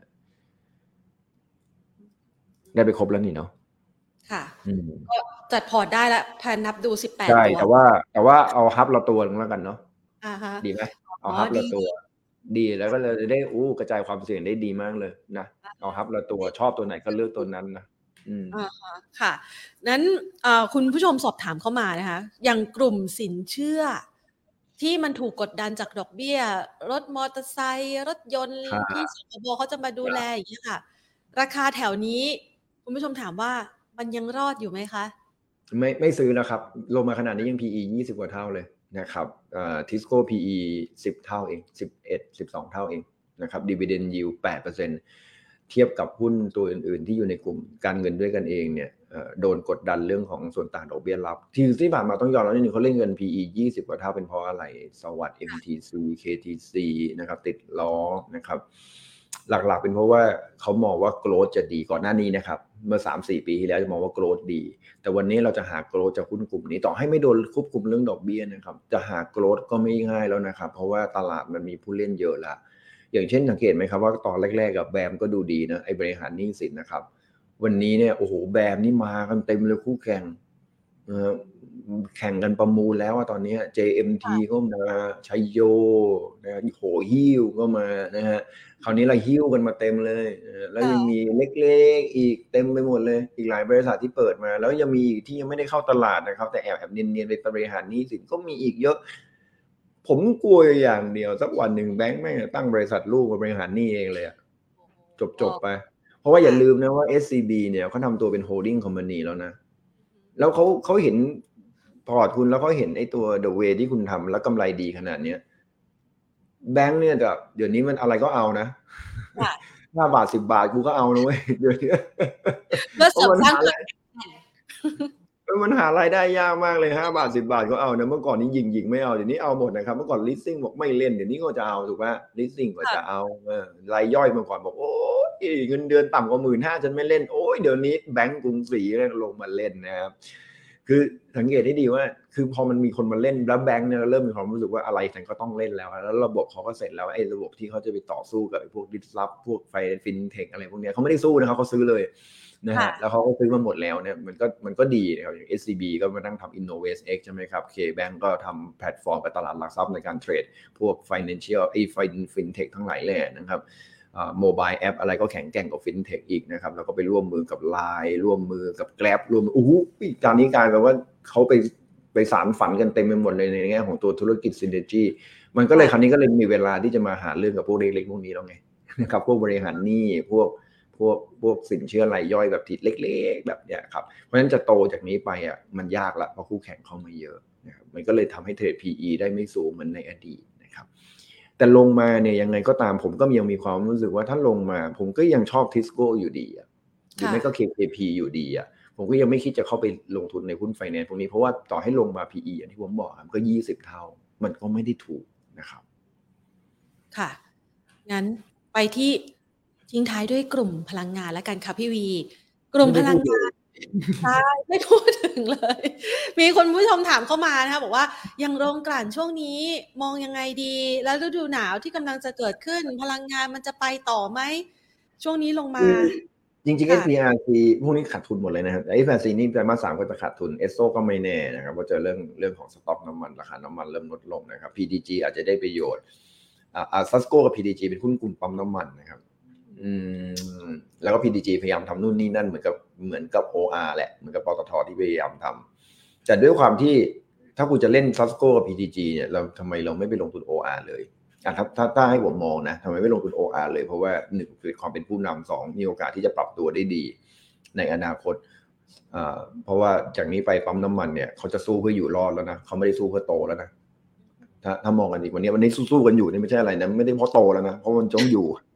ได้ไปครบแล้วนี่เนาะค่ะก็จัดพอร์ตได้แล้วแพนนับดูสิบแปดตัวใช่แต่ว่าแต่ว่าเอาฮับเราตัวนึงแล้วกันเนาะอ่าฮะดีไหมเอาฮับเราตัวดีแล้วก็เลยได้อู้กระจายความเสี่ยงได้ดีมากเลยนะเอาฮับเราตัวชอบตัวไหนก็เลือกตัวนั้นนะอืมอ่าฮะค่ะนั้นคุณผู้ชมสอบถามเข้ามานะคะอย่างกลุ่มสินเชื่อที่มันถูกกดดันจากดอกเบี้ยรถมอเตอร์ไซค์รถยนต์ที่สคบเขาจะมาดูแลอย่างนี้ค่ะราคาแถวนี้คุณผู้ชมถามว่ามันยังรอดอยู่ไหมคะไม่ไม่ซื้อแล้วครับลงมาขนาดนี้ยัง พี อี ยี่สิบกว่าเท่าเลยนะครับเอ่อ Tisco พี อี สิบเท่าเองสิบเอ็ด สิบสองเท่าเองนะครับ Dividend Yield แปดเปอร์เซ็นต์ เทียบกับหุ้นตัวอื่นๆที่อยู่ในกลุ่มการเงินด้วยกันเองเนี่ยเอ่อโดนกดดันเรื่องของส่วนต่างดอกเบี้ยรับที่ที่ผ่านมาต้องยอมรับนิดนึงเขาเล่นเงิน พี อี ยี่สิบกว่าเท่าเป็นเพราะอะไรสวัสดิ์ เอ็ม ที ซี เค ที ซี นะครับติดล้อนะครับหลักๆเป็นเพราะว่าเขามองว่า growth จะดีก่อนหน้านี้นะครับเมื่อ สามถึงสี่ ปีที่แล้วจะมองว่า growth ดีแต่วันนี้เราจะหา growth จากหุ้นกลุ่มนี้ต่อให้ไม่โดนควบคุมเรื่องดอกเบี้ยนะครับจะหา growth ก็ไม่ง่ายแล้วนะครับเพราะว่าตลาดมันมีผู้เล่นเยอะแล้วอย่างเช่นสังเกตไหมครับว่าตอนแรกๆกับแบมก็ดูดีนะไอ้บริหารหนี้สินนะครับวันนี้เนี่ยโอ้โหแบมนี่มากันเต็มเลยคู่แข่งแข่งกันประมูลแล้วตอนนี้ เจ เอ็ม ที ก็มาชัยโยนะโหฮิ้วก็มานะฮะคราวนี้เราฮิ้วกันมาเต็มเลยแล้วยังมีเล็กๆอีกเต็มไปหมดเลยอีกหลายบริษัทที่เปิดมาแล้วยังมีอีกที่ยังไม่ได้เข้าตลาดนะครับแต่แอบแอบเนียนๆไปบริหารหนี้สินก็มีอีกเยอะผมกลัวอย่างเดียวสักวันหนึ่งแบงค์แม่งตั้งบริษัทลูกมาบริหารหนี้เองเลยอะจบๆไปเพราะว่าอย่าลืมนะว่า เอส ซี บี เนี่ยเขาทำตัวเป็น holding company แล้วนะแล้วเขาเขาเห็นพอร์ตคุณแล้วเขาเห็นไอ้ตัว the way ที่คุณทำแล้วกำไรดีขนาดนี้แบงค์เนี่ยเดี๋ยวนี้มันอะไรก็เอานะห้าบาทสิบบาทกูก็เอานะเว้ยเดี๋ยวนี้เพราะมันหาอะไรมันหารายได้ยากมากเลยห้าบาทสิบบาทก็เอานะเมื่อก่อนนี้ยิงๆไม่เอาเดี๋ยวนี้เอาหมดนะครับเมื่อก่อน leasing บอกไม่เล่นเดี๋ยวนี้ก็จะเอาถูกป่ะ leasing ก็จะเอาเออรายย่อยเมื่อก่อนบอกโอ้ยเงินเดือนต่ำกว่า หนึ่งหมื่นห้าพัน ฉันไม่เล่นโอ้ยเดี๋ยวนี้แบงก์กรุงศรีลงมาเล่นนะครับคือสังเกตให้ดีว่าคือพอมันมีคนมาเล่นแล้วแบงก์เนี่ยเริ่มมีความรู้สึกว่าอะไรฉันก็ต้องเล่นแล้วแล้วระบบเขาก็เสร็จแล้วไอ้ระบบที่เขาจะไปต่อสู้กับไอ้พวก disrupt พวกไฟฟินเทคอะไรพวกนี้เขาไม่ได้สู้นะครับเขาซื้อเลยนะฮะแล้วเขาก็ซื้อมาหมดแล้วเนี่ยมันก็มันก็ดีนะครับอย่าง เอส ซี บี ก็มานั่งทำ InnovestX ใช่ไหมครับ K-Bank ก็ทำแพลตฟอร์มกับตลาดหลักทรัพย์ในการเทรดพวก Financial ไอ้ FinTech ทั้งหลายแหล่นะครับโมบายแอปอะไรก็แข็งแกร่งกว่า FinTech อีกนะครับแล้วก็ไปร่วมมือกับ ไลน์ ร่วมมือกับ Grab ร่วมโอ้โหตอนนี้กลายเป็นว่าเขาไปไปสารฝันกันเต็มไปหมดเลยในแง่ของตัวธุรกิจ Synergy มันก็เลยคราวนี้ก็เลยมีเวลาที่จะมาหาเรื่องกับพวกเล็กๆพวกนี้แล้วไงนะครับพวกบริหารหนี้พวกพวกพวกสินเชื่อรายย่อยแบบทิศเล็กๆแบบเนี้ยครับเพราะฉะนั้นจะโตจากนี้ไปอ่ะมันยากละเพราะคู่แข่งเข้ามาเยอะนะครับมันก็เลยทำให้เทรด พี อี ได้ไม่สูงเหมือนในอดีตนะครับแต่ลงมาเนี่ยยังไงก็ตามผมก็ยังมีความรู้สึกว่าถ้าลงมาผมก็ยังชอบ Tisco อยู่ดีอ่ะหรือไม่ก็ เค เค พี อยู่ดีอ่ะผมก็ยังไม่คิดจะเข้าไปลงทุนในหุ้นไฟแนนซ์พวกนี้เพราะว่าต่อให้ลงมา พี อี อย่างที่ผมบอกมันก็ยี่สิบเท่ามันก็ไม่ได้ถูกนะครับค่ะงั้นไปที่ทิ้งท้ายด้วยกลุ่มพลังงานแล้วกันค่ะพี่วีกลุ่มพลังงานใช่ไม่พูดถึงเลยมีคนผู้ชมถามเข้ามานะคะบอกว่ายังโรงกลั่นช่วงนี้มองยังไงดีแล้วฤดูหนาวที่กำลังจะเกิดขึ้นพลังงานมันจะไปต่อไหมช่วงนี้ลงมาจริงๆ เอส พี อาร์ ซี พวกนี้ขาดทุนหมดเลยนะครับ เอส พี อาร์ ซี นี่ไตรมาสสามก็จะขาดทุน เอส โอ ก็ไม่แน่นะครับว่าเจอเรื่องเรื่องของสต็อกน้ำมันราคาน้ำมันเริ่มลดลงนะครับ พี ที จี อาจจะได้ประโยชน์อ่า Susco กับ พี ที จี เป็นหุ้นกลุ่มปั๊มน้ำมันนะครับอืมแล้วก็ พี ที จี พยายามทำนู่นนี่นั่นเหมือนกับเหมือนกับ โอ อาร์ แหละเหมือนกับปตท.ที่พยายามทำแต่ด้วยความที่ถ้าคุณจะเล่น Susco กับ พี ที จี เนี่ยเราทำไมเราไม่ไปลงทุน โอ อาร์ เลยถ้าถ้าถ้าให้ผมมองนะทำไมไม่ลงทุน โอ อาร์ เลยเพราะว่าหนึ่งคือความเป็นผู้นำสองมีโอกาสที่จะปรับตัวได้ดีในอนาคตเพราะว่าจากนี้ไปปั๊มน้ำมันเนี่ยเขาจะสู้เพื่ออยู่รอดแล้วนะเขาไม่ได้สู้เพื่อโตแล้วนะถ้าถ้ามองกันอีกวันนี้วันนี้สู้ๆกันอยู่นี่ไม่ใช่อะไรนะไม่ได้เพราะโตแล้วนะเพราะมันจ้องอยู่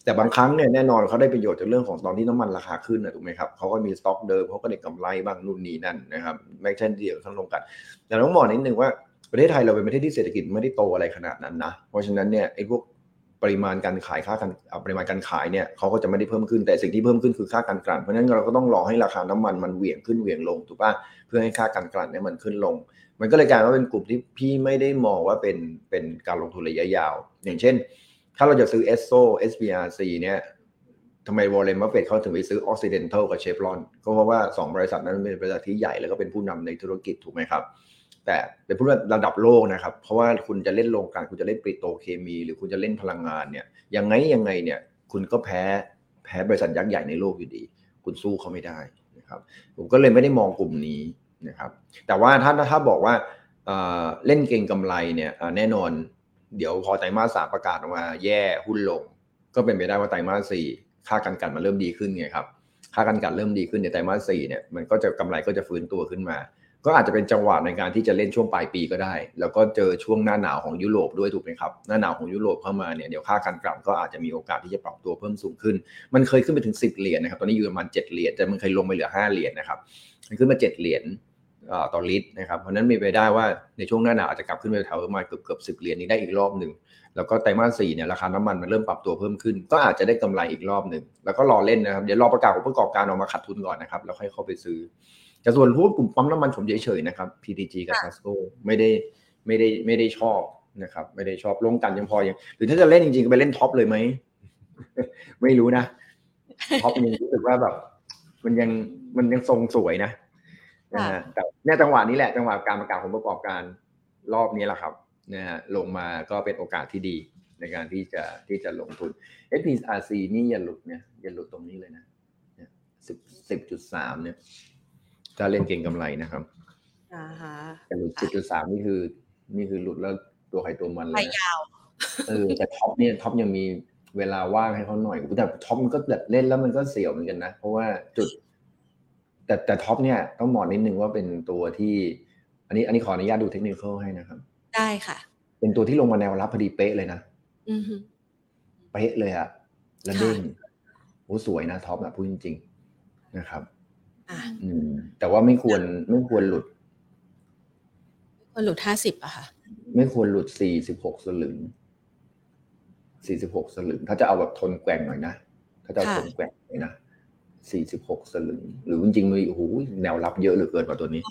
แต่บางครั้งเนี่ยแน่นอนเขาได้ประโยชน์จากเรื่องของตอนที่น้ำมันราคาขึ้นนะถูกไหมครับเขาก็มีสต็อกเดิมเขาก็ได้กำไรบ้างนู่นนี่นั่นนะครับไม่ใช่เดียวทั้งลงกันแต่ต้องบอกนิดนึงว่าประเทศไทยเราเป็นประเทศที่เศรษฐกิจไม่ได้โตอะไรขนาดนั้นนะเพราะฉะนั้นเนี่ยไอ้พวกปริมาณการขายค่าการปริมาณการขายเนี่ยเขาก็จะไม่ได้เพิ่มขึ้นแต่สิ่งที่เพิ่มขึ้นคือค่าการกลั่นเพราะฉะนั้นเราก็ต้องรอให้ราคาน้ำมันมันเหวี่ยงขึ้นเหวี่ยงลงถูกป่ะเพื่อให้ค่าการกลั่นเนี่ยมันขึ้นลงมันก็เลยกลายว่าเป็นกลุ่มที่พี่ไม่ได้มองว่าเป็นเป็นการลงทุนระยะยาวอย่างเช่นถ้าเราจะซื้อ เอส โอ เอส พี อาร์ ซี เนี่ยทำไมวอร์เรน บัฟเฟตต์เขาถึงไปซื้อ Occidental กับ Chevron ก็เพราะว่าสองบริษัทนั้นเป็นบริษัทที่ใหญ่แล้วก็เป็นผู้นำในธุรกิจถูกไหมครับแต่เป็นผู้ระดับโลกนะครับเพราะว่าคุณจะเล่นโรงกลั่นคุณจะเล่นปิโตรเคมีหรือคุณจะเล่นพลังงานเนี่ยยังไงยังไงเนี่ยคุณก็แพ้แพ้บริษัทยักษ์ใหญ่ในโลกอยู่ดีคุณสู้เขาไม่ได้นะครับผมก็เลยไม่ได้มองกลุ่มนี้นะครับแต่ว่าถ้าถ้าบอกว่าเอ่อเล่นเก็งกำไรเนี่ยแน่นอนเดี๋ยวพอไตรมาสสามประกาศออกมาแย่หุ้นลงก็เป็นไปได้ว่าไตรมาสสี่ค่าการกลั่นมันเริ่มดีขึ้นไงครับค่าการกลั่นเริ่มดีขึ้นในไตรมาสสี่เนี่ยมันก็จะกำไรก็จะฟื้นตัวขึ้นมาก็อาจจะเป็นจังหวะในการที่จะเล่นช่วงปลายปีก็ได้แล้วก็เจอช่วงหน้าหนาวของยุโรปด้วยถูกไหมครับหน้าหนาวของยุโรปเข้ามาเนี่ยเดี๋ยวค่าการกลั่นก็อาจจะมีโอกาสที่จะปรับตัวเพิ่มสูงขึ้นมันเคยขึ้นไปถึงสิบเหรียญนะครับตอนนี้อยู่ประมาณเจ็ดเหรียญแต่มันเคยลงไปเหลือห้าเหรียญนะครับมันขึ้นมาเจ็ดเหรียญต่อลิตรนะครับเพราะนั้นมีไปได้ว่าในช่วงหน้าหนาวอาจจะกลับขึ้นไปแถวประมาณเกือบเกือบสิบเหรียญนี้ได้อีกรอบหนึ่งแล้วก็ไตรมาสสี่เนี่ยราคาน้ำมันมันเริ่มปรับตัวเพิ่มขึ้นก็อาจจะได้กำไรอีกรอบหนึ่งแล้วก็รอเล่นนะครับเดี๋ยวรอประกาศของผู้ประกอบการออกมาขาดทุนก่อนนะครับแล้วค่อยเข้าไปซื้อแต่ส่วนพวกกลุ่มปั๊มน้ำมันผมเฉยๆนะครับ พี ที จี กับ Tasco ไม่ได้ไม่ได้ไม่ได้ชอบนะครับไม่ได้ชอบลงกันยังพอยังหรือถ้าจะเล่นจริงๆก็ไปเล่นท็อปเลยไหม ไม่รู้นะท็อปยังรู้สึกว่าแบบมันยังมันยังทรงสวยนะนะฮะแต่เนี่ยจังหวะนี้แหละจังหวะการประกาศของประกอบการรอบนี้แหละครับนะฮะลงมาก็เป็นโอกาสที่ดีในการที่จะที่จะลงทุน เอส พี อาร์ ซี นี่อย่าหลุดเนี่ยอย่าหลุดตรงนี้เลยนะสิบ สิบจุดสามเนี่ยถ้าเล่นเก่งกำไรนะครับอ่าฮะแต่หลุด สิบจุดสาม นี่คือนี่คือหลุดแล้วตัวใครตัวมันเลยนะเออแต่ท็อปเนี่ยท็อปยังมีเวลาว่างให้เขาหน่อยแต่ท็อปมันก็แบบเล่นแล้วมันก็เสี่ยวเหมือนกันนะเพราะว่าจุดแต่แต่ท็อปเนี่ยต้องบอกนิดนึงว่าเป็นตัวที่อันนี้อันนี้ขออนุญาตดูเทคนิคให้นะครับได้ค่ะเป็นตัวที่ลงมาแนวรับพอดีเป๊ะเลยนะอือฮึเป๊ะเลยอะแล้วเด้งโอ้สวยนะท็อปอะพูดจริงๆนะครับอืมแต่ว่าไม่ควรไม่ควรหลุดควรหลุดห้าสิบอะค่ะไม่ควรหลุดสี่สิบหกสลึงสี่สิบหกสลึงถ้าจะเอาแบบทนแกว่งหน่อยนะถ้าจะทนแกว่งหน่อยนะสี่สิบหกสลึงหรือจริงๆมีโอ้โหแนวรับเยอะเหลือเกินกว่าตัวนี้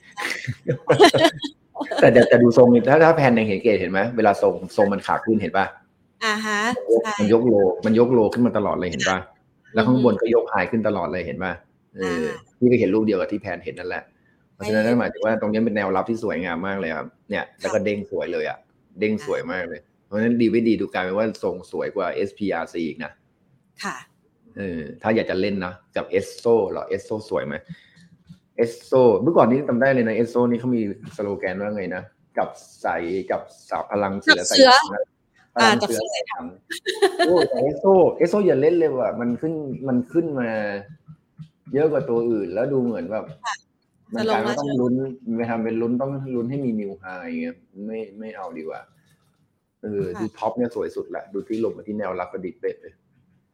แต่จะดูทรงถ้าถ้าแพนในเห็นเกตเห็นไหมเวลาทรงทรงมันขาขึ้นเห็นป่ะอ่าฮะมันยกโลมันยกโลขึ้นมาตลอดเลยเห็นป่ะแล้วข้างบนก็ยกไฮขึ้นตลอดเลยเห็นป่ะเออพี่ก็เห็นรูปเดียวกับที่แพนเห็นนั่นแหละเพราะฉะนั้นนั่นหมายถึงว่าตรงนี้เป็นแนวรับที่สวยงามมากเลยครับเนี่ยแล้วก็เด้งสวยเลยอ่ะเด้งสวยมากเลยเพราะฉะนั้นดีไม่ดีดูกลายเป็นว่าทรงสวยกว่า เอส พี อาร์ ซี อีกนะค่ะเออถ้าอยากจะเล่นนะกับ เอส โอ เหรอ เอส โอ สวยไหม เอส โอ เมื่อก่อนนี้จำได้เลยนะ เอส โอ นี่เขามีสโลแกนว่าไงนะกับใสกับสาวพลังเสือใส่พลังเสือใส่ถังโอ้แต่ เอส โอ เอส โอ อย่าเล่นเลยว่ะมันขึ้นมันขึ้นมาเยอะกว่าตัวอื่นแล้วดูเหมือนแบบมันกลายว่าต้องลุ้นไม่ทำเป็นลุ้นต้องลุ้นให้มีนิวไฮเงี้ยไม่ไม่เอาดีกว่าเออดูท็อปเนี่ยสวยสุดแหละดูที่ลงมาที่แนวรับพอดีเป๊ะเลย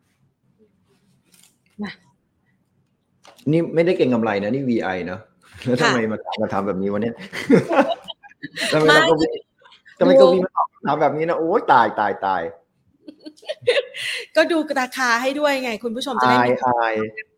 นี่ไม่ได้เก่งกำไรนะนี่ วี ไอ เนาะแล้วทำไมมามาทำแบบนี้วะเนี่ยทำไมเราก็ทำไมก็มีมาทำแบบนี้นะโอ้ตายตายตายก็ดูราคาให้ด้วยไงคุณผู้ชมจะได้ไม่อาย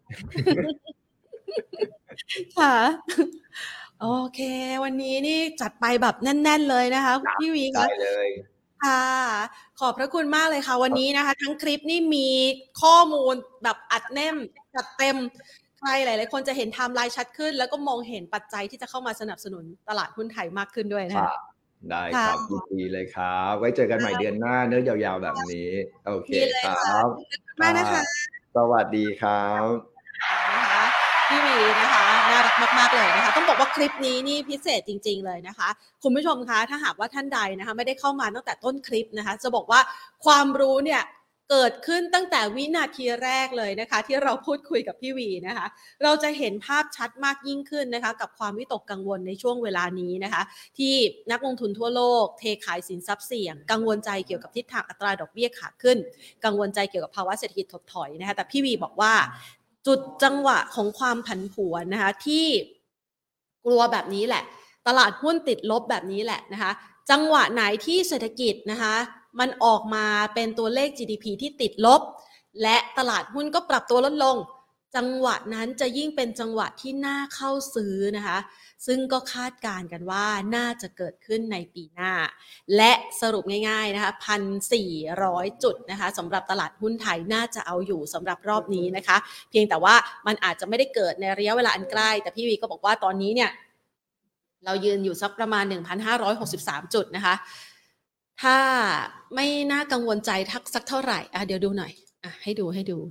ค่ะโอเควันนี้นี่จัดไปแบบแน่นๆเลยนะคะพี่วีได้เลยค่ะขอบพระคุณมากเลยค่ะวันนี้นะคะทั้งคลิปนี่มีข้อมูลแบบอัดแน่นจัดเต็มใครหลายๆคนจะเห็นไทม์ไลน์ชัดขึ้นแล้วก็มองเห็นปัจจัยที่จะเข้ามาสนับสนุนตลาดหุ้นไทยมากขึ้นด้วยนะคะได้ครับยินดีเลยครับไว้เจอกันใหม่เดือนหน้าเนื้อยาวๆแบบนี้โอเคครับมากนะคะสวัสดีครับพี่วีนะคะน่ารักมากๆเลยนะคะต้องบอกว่าคลิปนี้นี่พิเศษจริงๆเลยนะคะคุณผู้ชมคะถ้าหากว่าท่านใดนะคะไม่ได้เข้ามาตั้งแต่ต้นคลิปนะคะจะบอกว่าความรู้เนี่ยเกิดขึ้นตั้งแต่วินาทีแรกเลยนะคะที่เราพูดคุยกับพี่วีนะคะเราจะเห็นภาพชัดมากยิ่งขึ้นนะคะกับความวิตกกังวลในช่วงเวลานี้นะคะที่นักลงทุนทั่วโลกเทขายสินทรัพย์เสี่ยงกังวลใจเกี่ยวกับทิศทางอัตราดอกเบี้ยขาขึ้นกังวลใจเกี่ยวกับภาวะเศรษฐกิจถดถอยนะคะแต่พี่วีบอกว่าจุดจังหวะของความผันผวนนะคะที่กลัวแบบนี้แหละตลาดหุ้นติดลบแบบนี้แหละนะคะจังหวะไหนที่เศรษฐกิจนะคะมันออกมาเป็นตัวเลข จี ดี พี ที่ติดลบและตลาดหุ้นก็ปรับตัวลดลงจังหวะนั้นจะยิ่งเป็นจังหวะที่น่าเข้าซื้อนะคะซึ่งก็คาดการณ์กันว่าน่าจะเกิดขึ้นในปีหน้าและสรุปง่ายๆนะคะ หนึ่งพันสี่ร้อย จุดนะคะสำหรับตลาดหุ้นไทยน่าจะเอาอยู่สำหรับรอบนี้นะคะเพียงแต่ว่ามันอาจจะไม่ได้เกิดในระยะเวลาอันใกล้แต่พี่วีก็บอกว่าตอนนี้เนี่ยเรายืนอยู่สักประมาณ หนึ่งพันห้าร้อยหกสิบสาม จุดนะคะถ้าไม่น่ากังวลใจทักสักเท่าไหร่อ่ะเดี๋ยวดูหน่อยอ่ะให้ดูให้ดู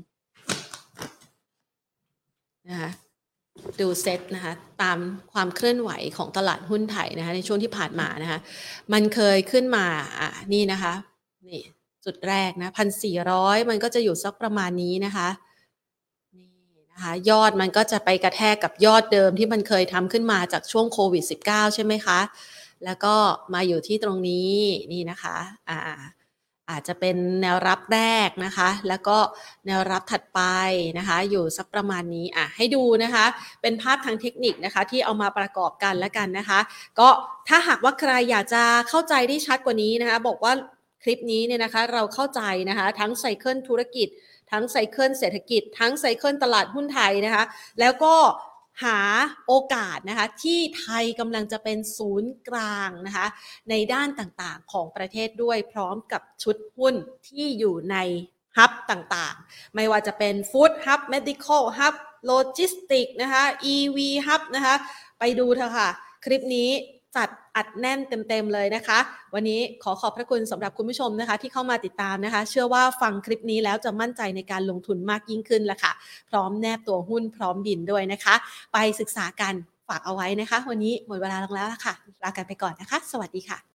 นะคะดูเซตนะคะตามความเคลื่อนไหวของตลาดหุ้นไทยนะคะในช่วงที่ผ่านมานะคะมันเคยขึ้นมาอ่ะนี่นะคะนี่จุดแรกนะ หนึ่งพันสี่ร้อย มันก็จะอยู่สักประมาณนี้นะคะนี่นะคะยอดมันก็จะไปกระแทกกับยอดเดิมที่มันเคยทำขึ้นมาจากช่วงโควิด สิบเก้า ใช่ไหมคะแล้วก็มาอยู่ที่ตรงนี้นี่นะคะอ่าอาจจะเป็นแนวรับแรกนะคะแล้วก็แนวรับถัดไปนะคะอยู่สักประมาณนี้อ่ะให้ดูนะคะเป็นภาพทางเทคนิคนะคะที่เอามาประกอบกันแล้วกันนะคะก็ถ้าหากว่าใครอยากจะเข้าใจได้ชัดกว่านี้นะคะบอกว่าคลิปนี้เนี่ยนะคะเราเข้าใจนะคะทั้งไซเคิลธุรกิจทั้งไซเคิลเศรษฐกิจทั้งไซเคิลตลาดหุ้นไทยนะคะแล้วก็หาโอกาสนะคะที่ไทยกำลังจะเป็นศูนย์กลางนะคะในด้านต่างๆของประเทศด้วยพร้อมกับชุดหุ้นที่อยู่ในฮับต่างๆไม่ว่าจะเป็นฟู้ดฮับเมดิคอลฮับโลจิสติกนะคะ อี วี ฮับนะคะไปดูเถอะค่ะคลิปนี้จัดอัดแน่นเต็มๆเลยนะคะวันนี้ขอขอบพระคุณสำหรับคุณผู้ชมนะคะที่เข้ามาติดตามนะคะเชื่อว่าฟังคลิปนี้แล้วจะมั่นใจในการลงทุนมากยิ่งขึ้นละค่ะพร้อมแนบตัวหุ้นพร้อมบินด้วยนะคะไปศึกษากันฝากเอาไว้นะคะวันนี้หมดเวลาลงแล้วละค่ะลากันไปก่อนนะคะสวัสดีค่ะ